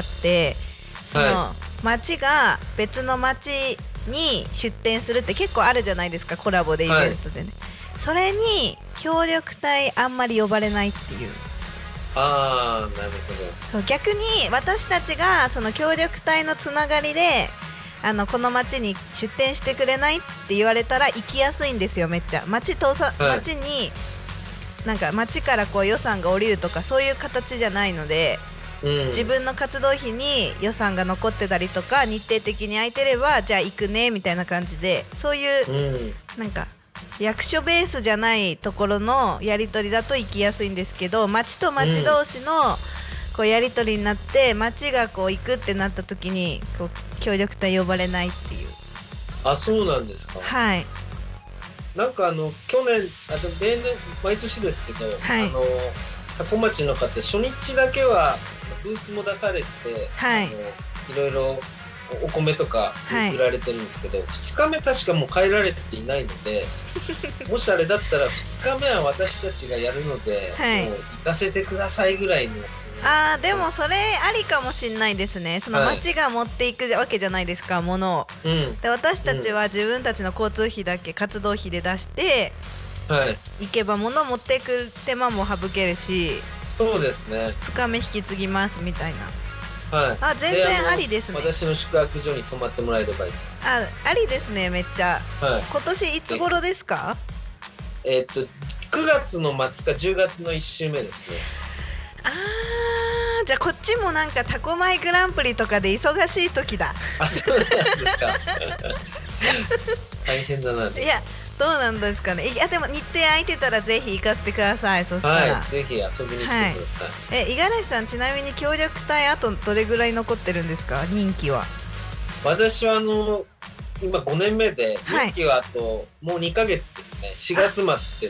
その、はい、町が別の町に出店するって結構あるじゃないですか、コラボでイベントでね、はい、それに協力隊あんまり呼ばれないっていう。 あー、なるほど。 そう、逆に私たちがその協力隊のつながりであのこの町に出店してくれないって言われたら行きやすいんですよ。めっちゃ町通さ、はい、町になんか町からこう予算が下りるとかそういう形じゃないので、うん、自分の活動費に予算が残ってたりとか日程的に空いてればじゃあ行くねみたいな感じで、そういう、うん、なんか役所ベースじゃないところのやり取りだと行きやすいんですけど、町と町同士のこうやり取りになって町がこう行くってなった時にこう協力隊呼ばれないっていう。 あ、そうなんですか。 はい。 なんかあの去年、あと例年毎年ですけど、はい、あの多古町の方初日だけはブースも出されて、はい、あのいろいろお米とか売られてるんですけど、はい、ふつかめ確かもう帰られていないのでもしあれだったらふつかめは私たちがやるので、はい、もう行かせてくださいぐらいの。 あー、でもそれありかもしれないですね。その町が持っていくわけじゃないですか、物を、うん、で私たちは自分たちの交通費だけ活動費で出して、はい、行けば物を持っていく手間も省けるし、 そうですね、 ふつかめ引き継ぎますみたいな、 はい、 あ、全然ありですね。 私の宿泊所に泊まってもらえればいい。 あ、ありですね、めっちゃ、はい、今年いつ頃ですか？ えー、っとくがつの末かじゅうがつのいっ週目ですね。 あー、じゃあこっちもなんかタコマイグランプリとかで忙しい時だ。 あ、そうなんですか大変だな。 いや、どうなんですかね。いや、でも日程空いてたらぜひ行かせてください。そしたら、 はい、ぜひ遊びに来てください、はい、 え、五十嵐さん、ちなみに協力隊あとどれぐらい残ってるんですか、任期は？ 私はあの今ごねんめで、任期はあともうにかげつですね。しがつまでです。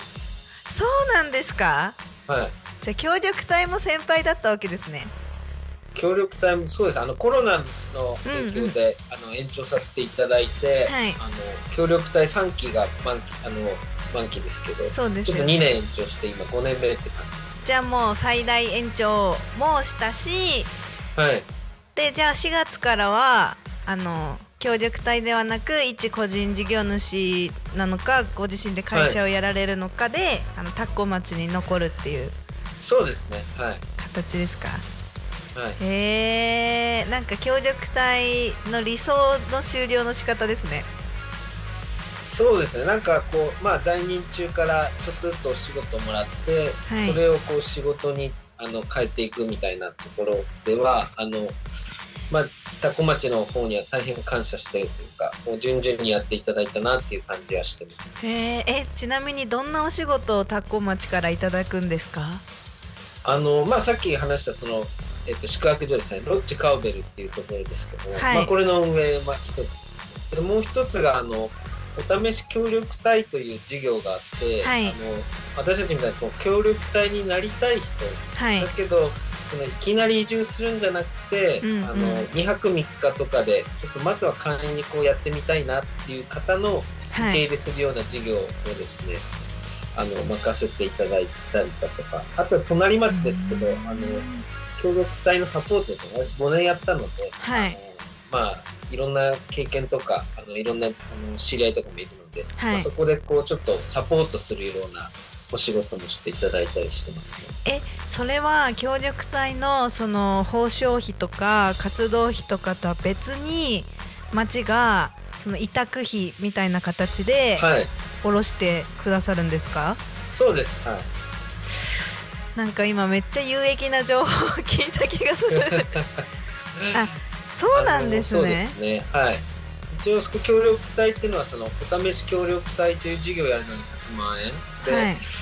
そうなんですか。 はい。 じゃあ協力隊も先輩だったわけですね。 協力隊もそうです。あのコロナの影響で、うんうん、あの延長させていただいて、はい、あの協力隊さんきが満期、あの満期ですけど、そうですよね、ちょっとにねん延長して今ごねんめって感じです。 じゃあもう最大延長もしたし、はい、でじゃあしがつからはあの協力隊ではなく一個人事業主なのかご自身で会社をやられるのかで、はい、あの田子町に残るっていう。 そうですね、はい、 形ですか。 はい、 へー、なんか協力隊の理想の終了の仕方ですね。 そうですね、なんかこう、まあ、在任中からちょっとずつお仕事をもらって、はい、それをこう仕事にあの変えていくみたいなところではあの、まあ、多古町の方には大変感謝しているというか、もう順々にやっていただいたなっていう感じはしてます。 へー、え、ちなみにどんなお仕事を多古町からいただくんですか？ あの、まあ、さっき話したその、えっと、宿泊所ですね、ロッジカウベルっていうところですけども、はい、まあ、これの運営は一つですね。でもう一つがあのお試し協力隊という事業があって、はい、あの私たちみたいにこう協力隊になりたい人、はい、だけどそのいきなり移住するんじゃなくて、うんうん、あのにはくみっかとかでちょっとまずは簡易にこうやってみたいなっていう方の受け入れするような事業をですね、はい、あの任せていただいたりだとか、あとは隣町ですけど、あの協力隊のサポートと私ごねんやったので、はい、あのまあいろんな経験とかあのいろんなあの知り合いとかもいるので、はい、まあ、そこでこうちょっとサポートするようなお仕事もしていただいたりしてますね。 え、それは協力隊のその報奨費とか活動費とかとは別に町がその委託費みたいな形で下ろしてくださるんですか？はい、 そうです、はい。 なんか今めっちゃ有益な情報を聞いた気がするあ、そうなんですね。 そうですね、はい。一応協力隊っていうのはそのお試し協力隊という事業をやるのにひゃくまんえんで、はい、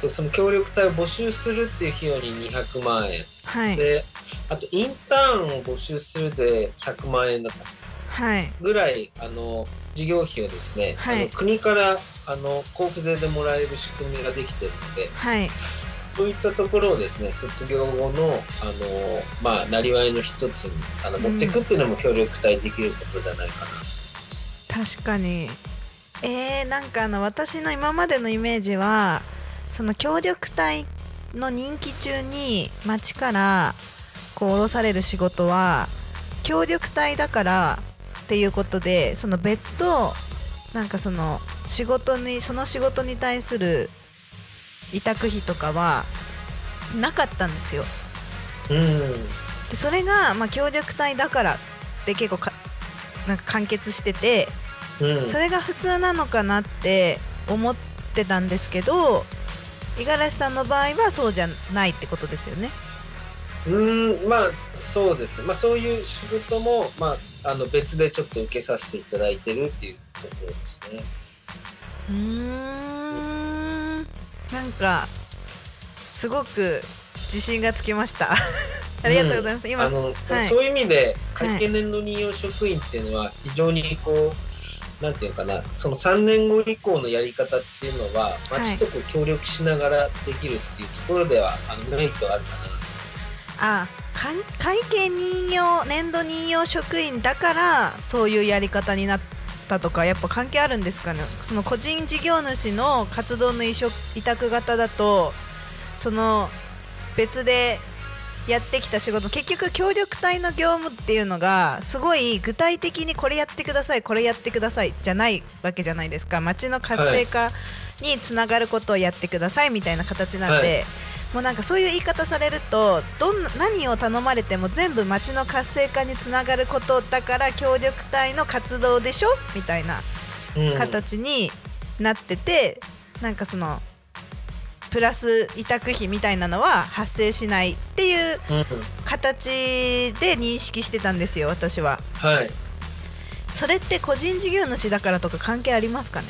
とその協力隊を募集するっていう費用ににひゃくまんえん、はい、であとインターンを募集するでひゃくまんえんだったぐらい、はい、あの事業費をですね、はい、あの国からあの交付税でもらえる仕組みができているので、はい、そういったところをですね卒業後のあの、まあ、なりわいの一つにあの持っていくっていうのも協力隊できることじゃないかな、 うん、確かに。えー、なんかあの私の今までのイメージはその協力隊の任期中に町からこう下ろされる仕事は協力隊だからっていうことでその別途なんかその仕事にその仕事に対する委託費とかはなかったんですよ。うんでそれがまあ協力隊だからって結構かなんか完結してて、うん、それが普通なのかなって思ってたんですけど五十嵐さんの場合はそうじゃないってことですよね。 うーんまあそうですね、まあ、そういう仕事も、まあ、あの別でちょっと受けさせていただいてるっていうところですね。 うーんなんかすごく自信がつきましたありがとうございます、うん、今あの、はい、そういう意味で会計年度任用職員っていうのは非常にこう、はいなんていうかなそのさんねんご以降のやり方っていうのは町とこう協力しながらできるっていうところでは、はい、あのメリットがあるかな。 あ会計任用年度任用職員だからそういうやり方になったとかやっぱ関係あるんですかね。その個人事業主の活動の委託型だとその別でやってきた仕事結局協力隊の業務っていうのがすごい具体的にこれやってくださいこれやってくださいじゃないわけじゃないですか。町の活性化につながることをやってくださいみたいな形なんで、はい、もうなんかそういう言い方されるとどんな何を頼まれても全部町の活性化につながることだから協力隊の活動でしょみたいな形になってて、うん、なんかそのプラス委託費みたいなのは発生しないっていう形で認識してたんですよ私は、はい、それって個人事業主だからとか関係ありますかね。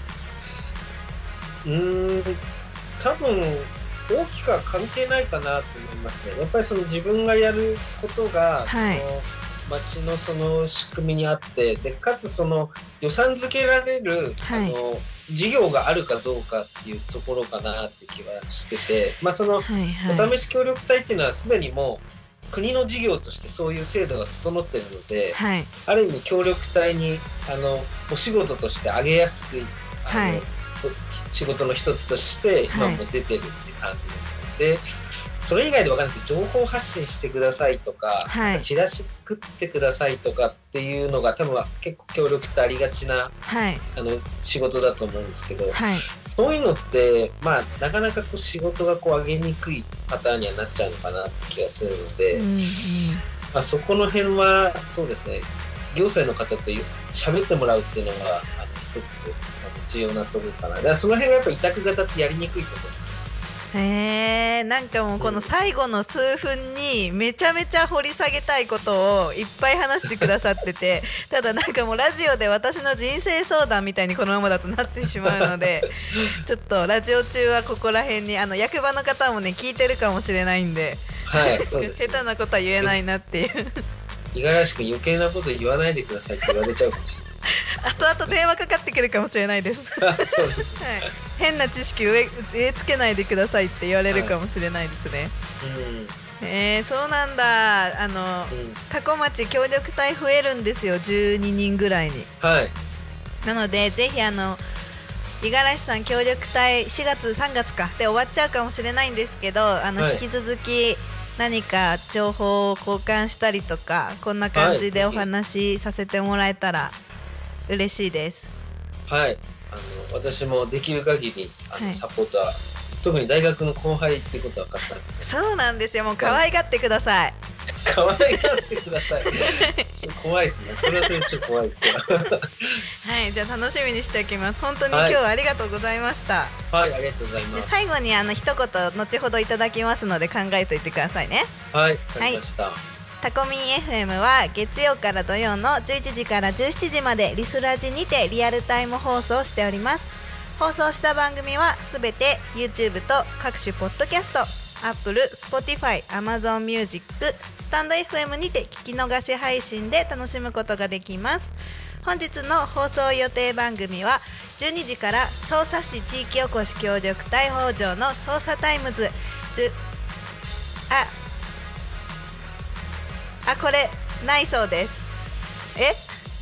うーん多分大きくは関係ないかなと思いますね。やっぱりその自分がやることが、はい、その町のその仕組みにあってでかつその予算付けられる、はい、あの事業があるかどうかっていうところかなっていう気はしてて、まあ、その、はいはい、お試し協力隊っていうのはすでにもう国の事業としてそういう制度が整っているので、はい、ある意味協力隊にあのお仕事として上げやすくあの、はい、仕事の一つとして今も出てるって感じですので、はい、それ以外で分からなくて情報発信してくださいとか、はい、チラシ作ってくださいとかっていうのが多分結構協力ってありがちな、はい、あの仕事だと思うんですけど、はい、そういうのって、まあ、なかなかこう仕事がこう上げにくいパターンにはなっちゃうのかなって気がするので、うんうんまあ、そこの辺はそうですね行政の方と喋ってもらうっていうのがあの一つ重要なところかな。だからその辺がやっぱ委託型ってやりにくいところ。 へーなんかもうこの最後の数分にめちゃめちゃ掘り下げたいことをいっぱい話してくださっててただなんかもうラジオで私の人生相談みたいにこのままだとなってしまうのでちょっとラジオ中はここら辺にあの役場の方もね聞いてるかもしれないんで、はいそうですね、下手なことは言えないなっていう五十嵐君余計なこと言わないでくださいって言われちゃうかもしれない後々電話かかってくるかもしれないですそうです、はい、 変な知識植え、植え付けないでくださいって言われるかもしれないですね、はいうんえー、そうなんだあの、うん、多古町協力隊増えるんですよじゅうににんぐらいに、はい、なのでぜひあの五十嵐さん協力隊しがつさんがつかで終わっちゃうかもしれないんですけどあの、はい、引き続き何か情報を交換したりとかこんな感じでお話しさせてもらえたら嬉しいです。 はい、あの私もできる限りあの、はい、サポートは特に大学の後輩っていうことは分かったので。 そうなんですよもう可愛がってください。 可愛がってください。ちょっと怖いですね。それはそれちょっと怖いですけど。 はいじゃあ楽しみにしておきます。本当に今日はありがとうございました。 はい、はい、ありがとうございます。 で最後にあの一言後ほどいただきますので考えておいてくださいね。 はいわかりました、はいタコミン エフエム は月曜から土曜のじゅういちじからじゅうしちじまでリスラジにてリアルタイム放送しております。 放送した番組はすべて YouTube と各種ポッドキャスト、Apple、Spotify、Amazon Music、スタンド エフエム にて聞き逃し配信で楽しむことができます。本日の放送予定番組はじゅうにじから匝瑳市地域おこし協力隊北条の捜査タイムズじゅああこれないそうです。え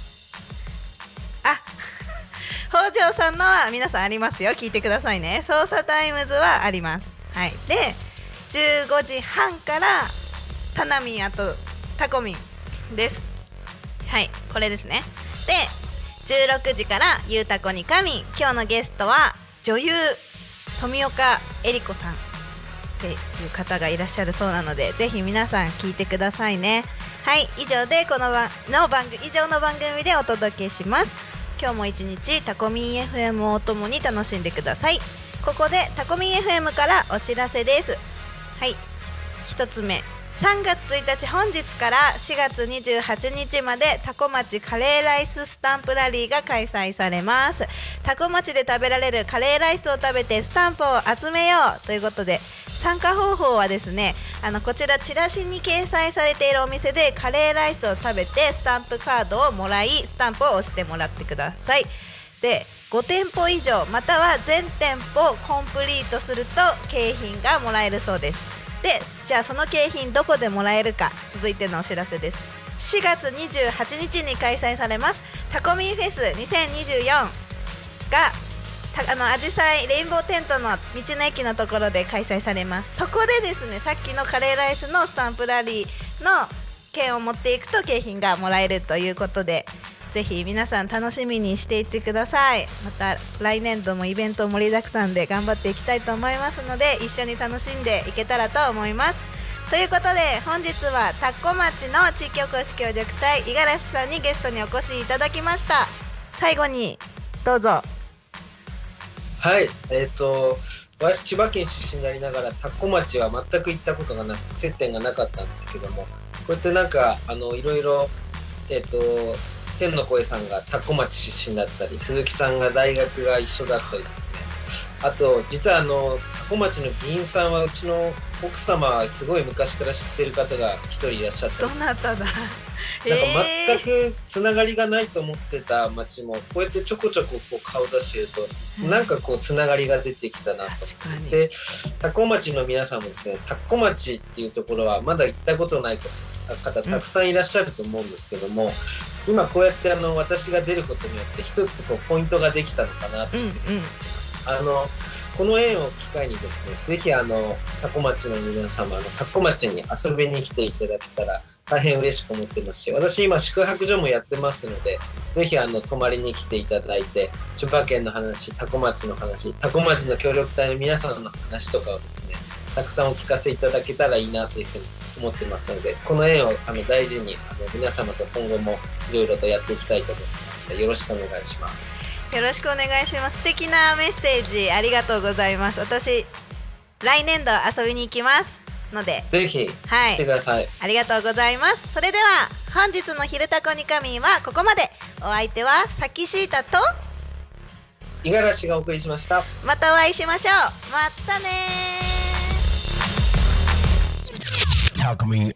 あ北条さんのは皆さんありますよ。聞いてくださいね。捜査タイムズはあります。はい。でじゅうごじはんからタナミンあとタコミンです。はい、これですね。でじゅうろくじからゆうたこにかみん、今日のゲストは女優富岡恵里子さんっていう方がいらっしゃるそうなので、ぜひ皆さん聞いてくださいね。はい、以上でこの番の番組以上の番組でお届けします。今日も一日タコミン エフエム をともに楽しんでください。ここでタコミン エフエム からお知らせです。はい、ひとつめ、さんがつついたち本日からしがつにじゅうはちにちまでタコ町カレーライススタンプラリーが開催されます。タコ町で食べられるカレーライスを食べてスタンプを集めようということで、参加方法はですね、あのこちらチラシに掲載されているお店でカレーライスを食べてスタンプカードをもらい、スタンプを押してもらってください。でごてんぽ以上または全店舗コンプリートすると景品がもらえるそうです。でじゃあその景品どこでもらえるか、続いてのお知らせです。しがつにじゅうはちにちに開催されますタコミンフェスにせんにじゅうよんがあのアジサイレインボーテントの道の駅のところで開催されます。そこでですね、さっきのカレーライスのスタンプラリーの券を持っていくと景品がもらえるということで、ぜひ皆さん楽しみにしていってください。また来年度もイベント盛りだくさんで頑張っていきたいと思いますので、一緒に楽しんでいけたらと思います。ということで本日は田子町の地域おこし協力隊五十嵐さんにゲストにお越しいただきました。最後にどうぞ。 はい、えっ、ー、と私千葉県出身でありながら田子町は全く行ったことがなく接点がなかったんですけども、こうやってなんかあのいろいろえっ、ー、と天の声さんが田子町出身だったり、鈴木さんが大学が一緒だったりですね、あと実はあの田子町の議員さんはうちの奥様はすごい昔から知ってる方が一人いらっしゃったり、 どなただなんか全くつながりがないと思ってた町もこうやってちょこちょここう顔出してると、うん、なんかこうつながりが出てきたなと思って、田子町の皆さんもですね、田子町っていうところはまだ行ったことない方たくさんいらっしゃると思うんですけども、うん、今こうやってあの私が出ることによって一つこうポイントができたのかなと思ってます、うんうん、あのこの縁を機会にですね、ぜひあの田子町の皆様の田子町に遊びに来ていただけたら大変嬉しく思ってますし、私今宿泊所もやってますので、ぜひあの泊まりに来ていただいて、千葉県の話、多古町の話、多古町の協力隊の皆さんの話とかをですね、たくさんお聞かせいただけたらいいなというふうに思ってますので、この縁をあの大事にあの皆様と今後もいろいろとやっていきたいと思いますので、よろしくお願いします。 よろしくお願いします。素敵なメッセージありがとうございます。私来年度遊びに行きますので、 ぜひ来てください、はい、 ありがとうございます。それでは本日の昼タコニカミンはここまで。お相手はサキシータと五十嵐がお送りしました。 またお会いしましょう。またねー。タコミン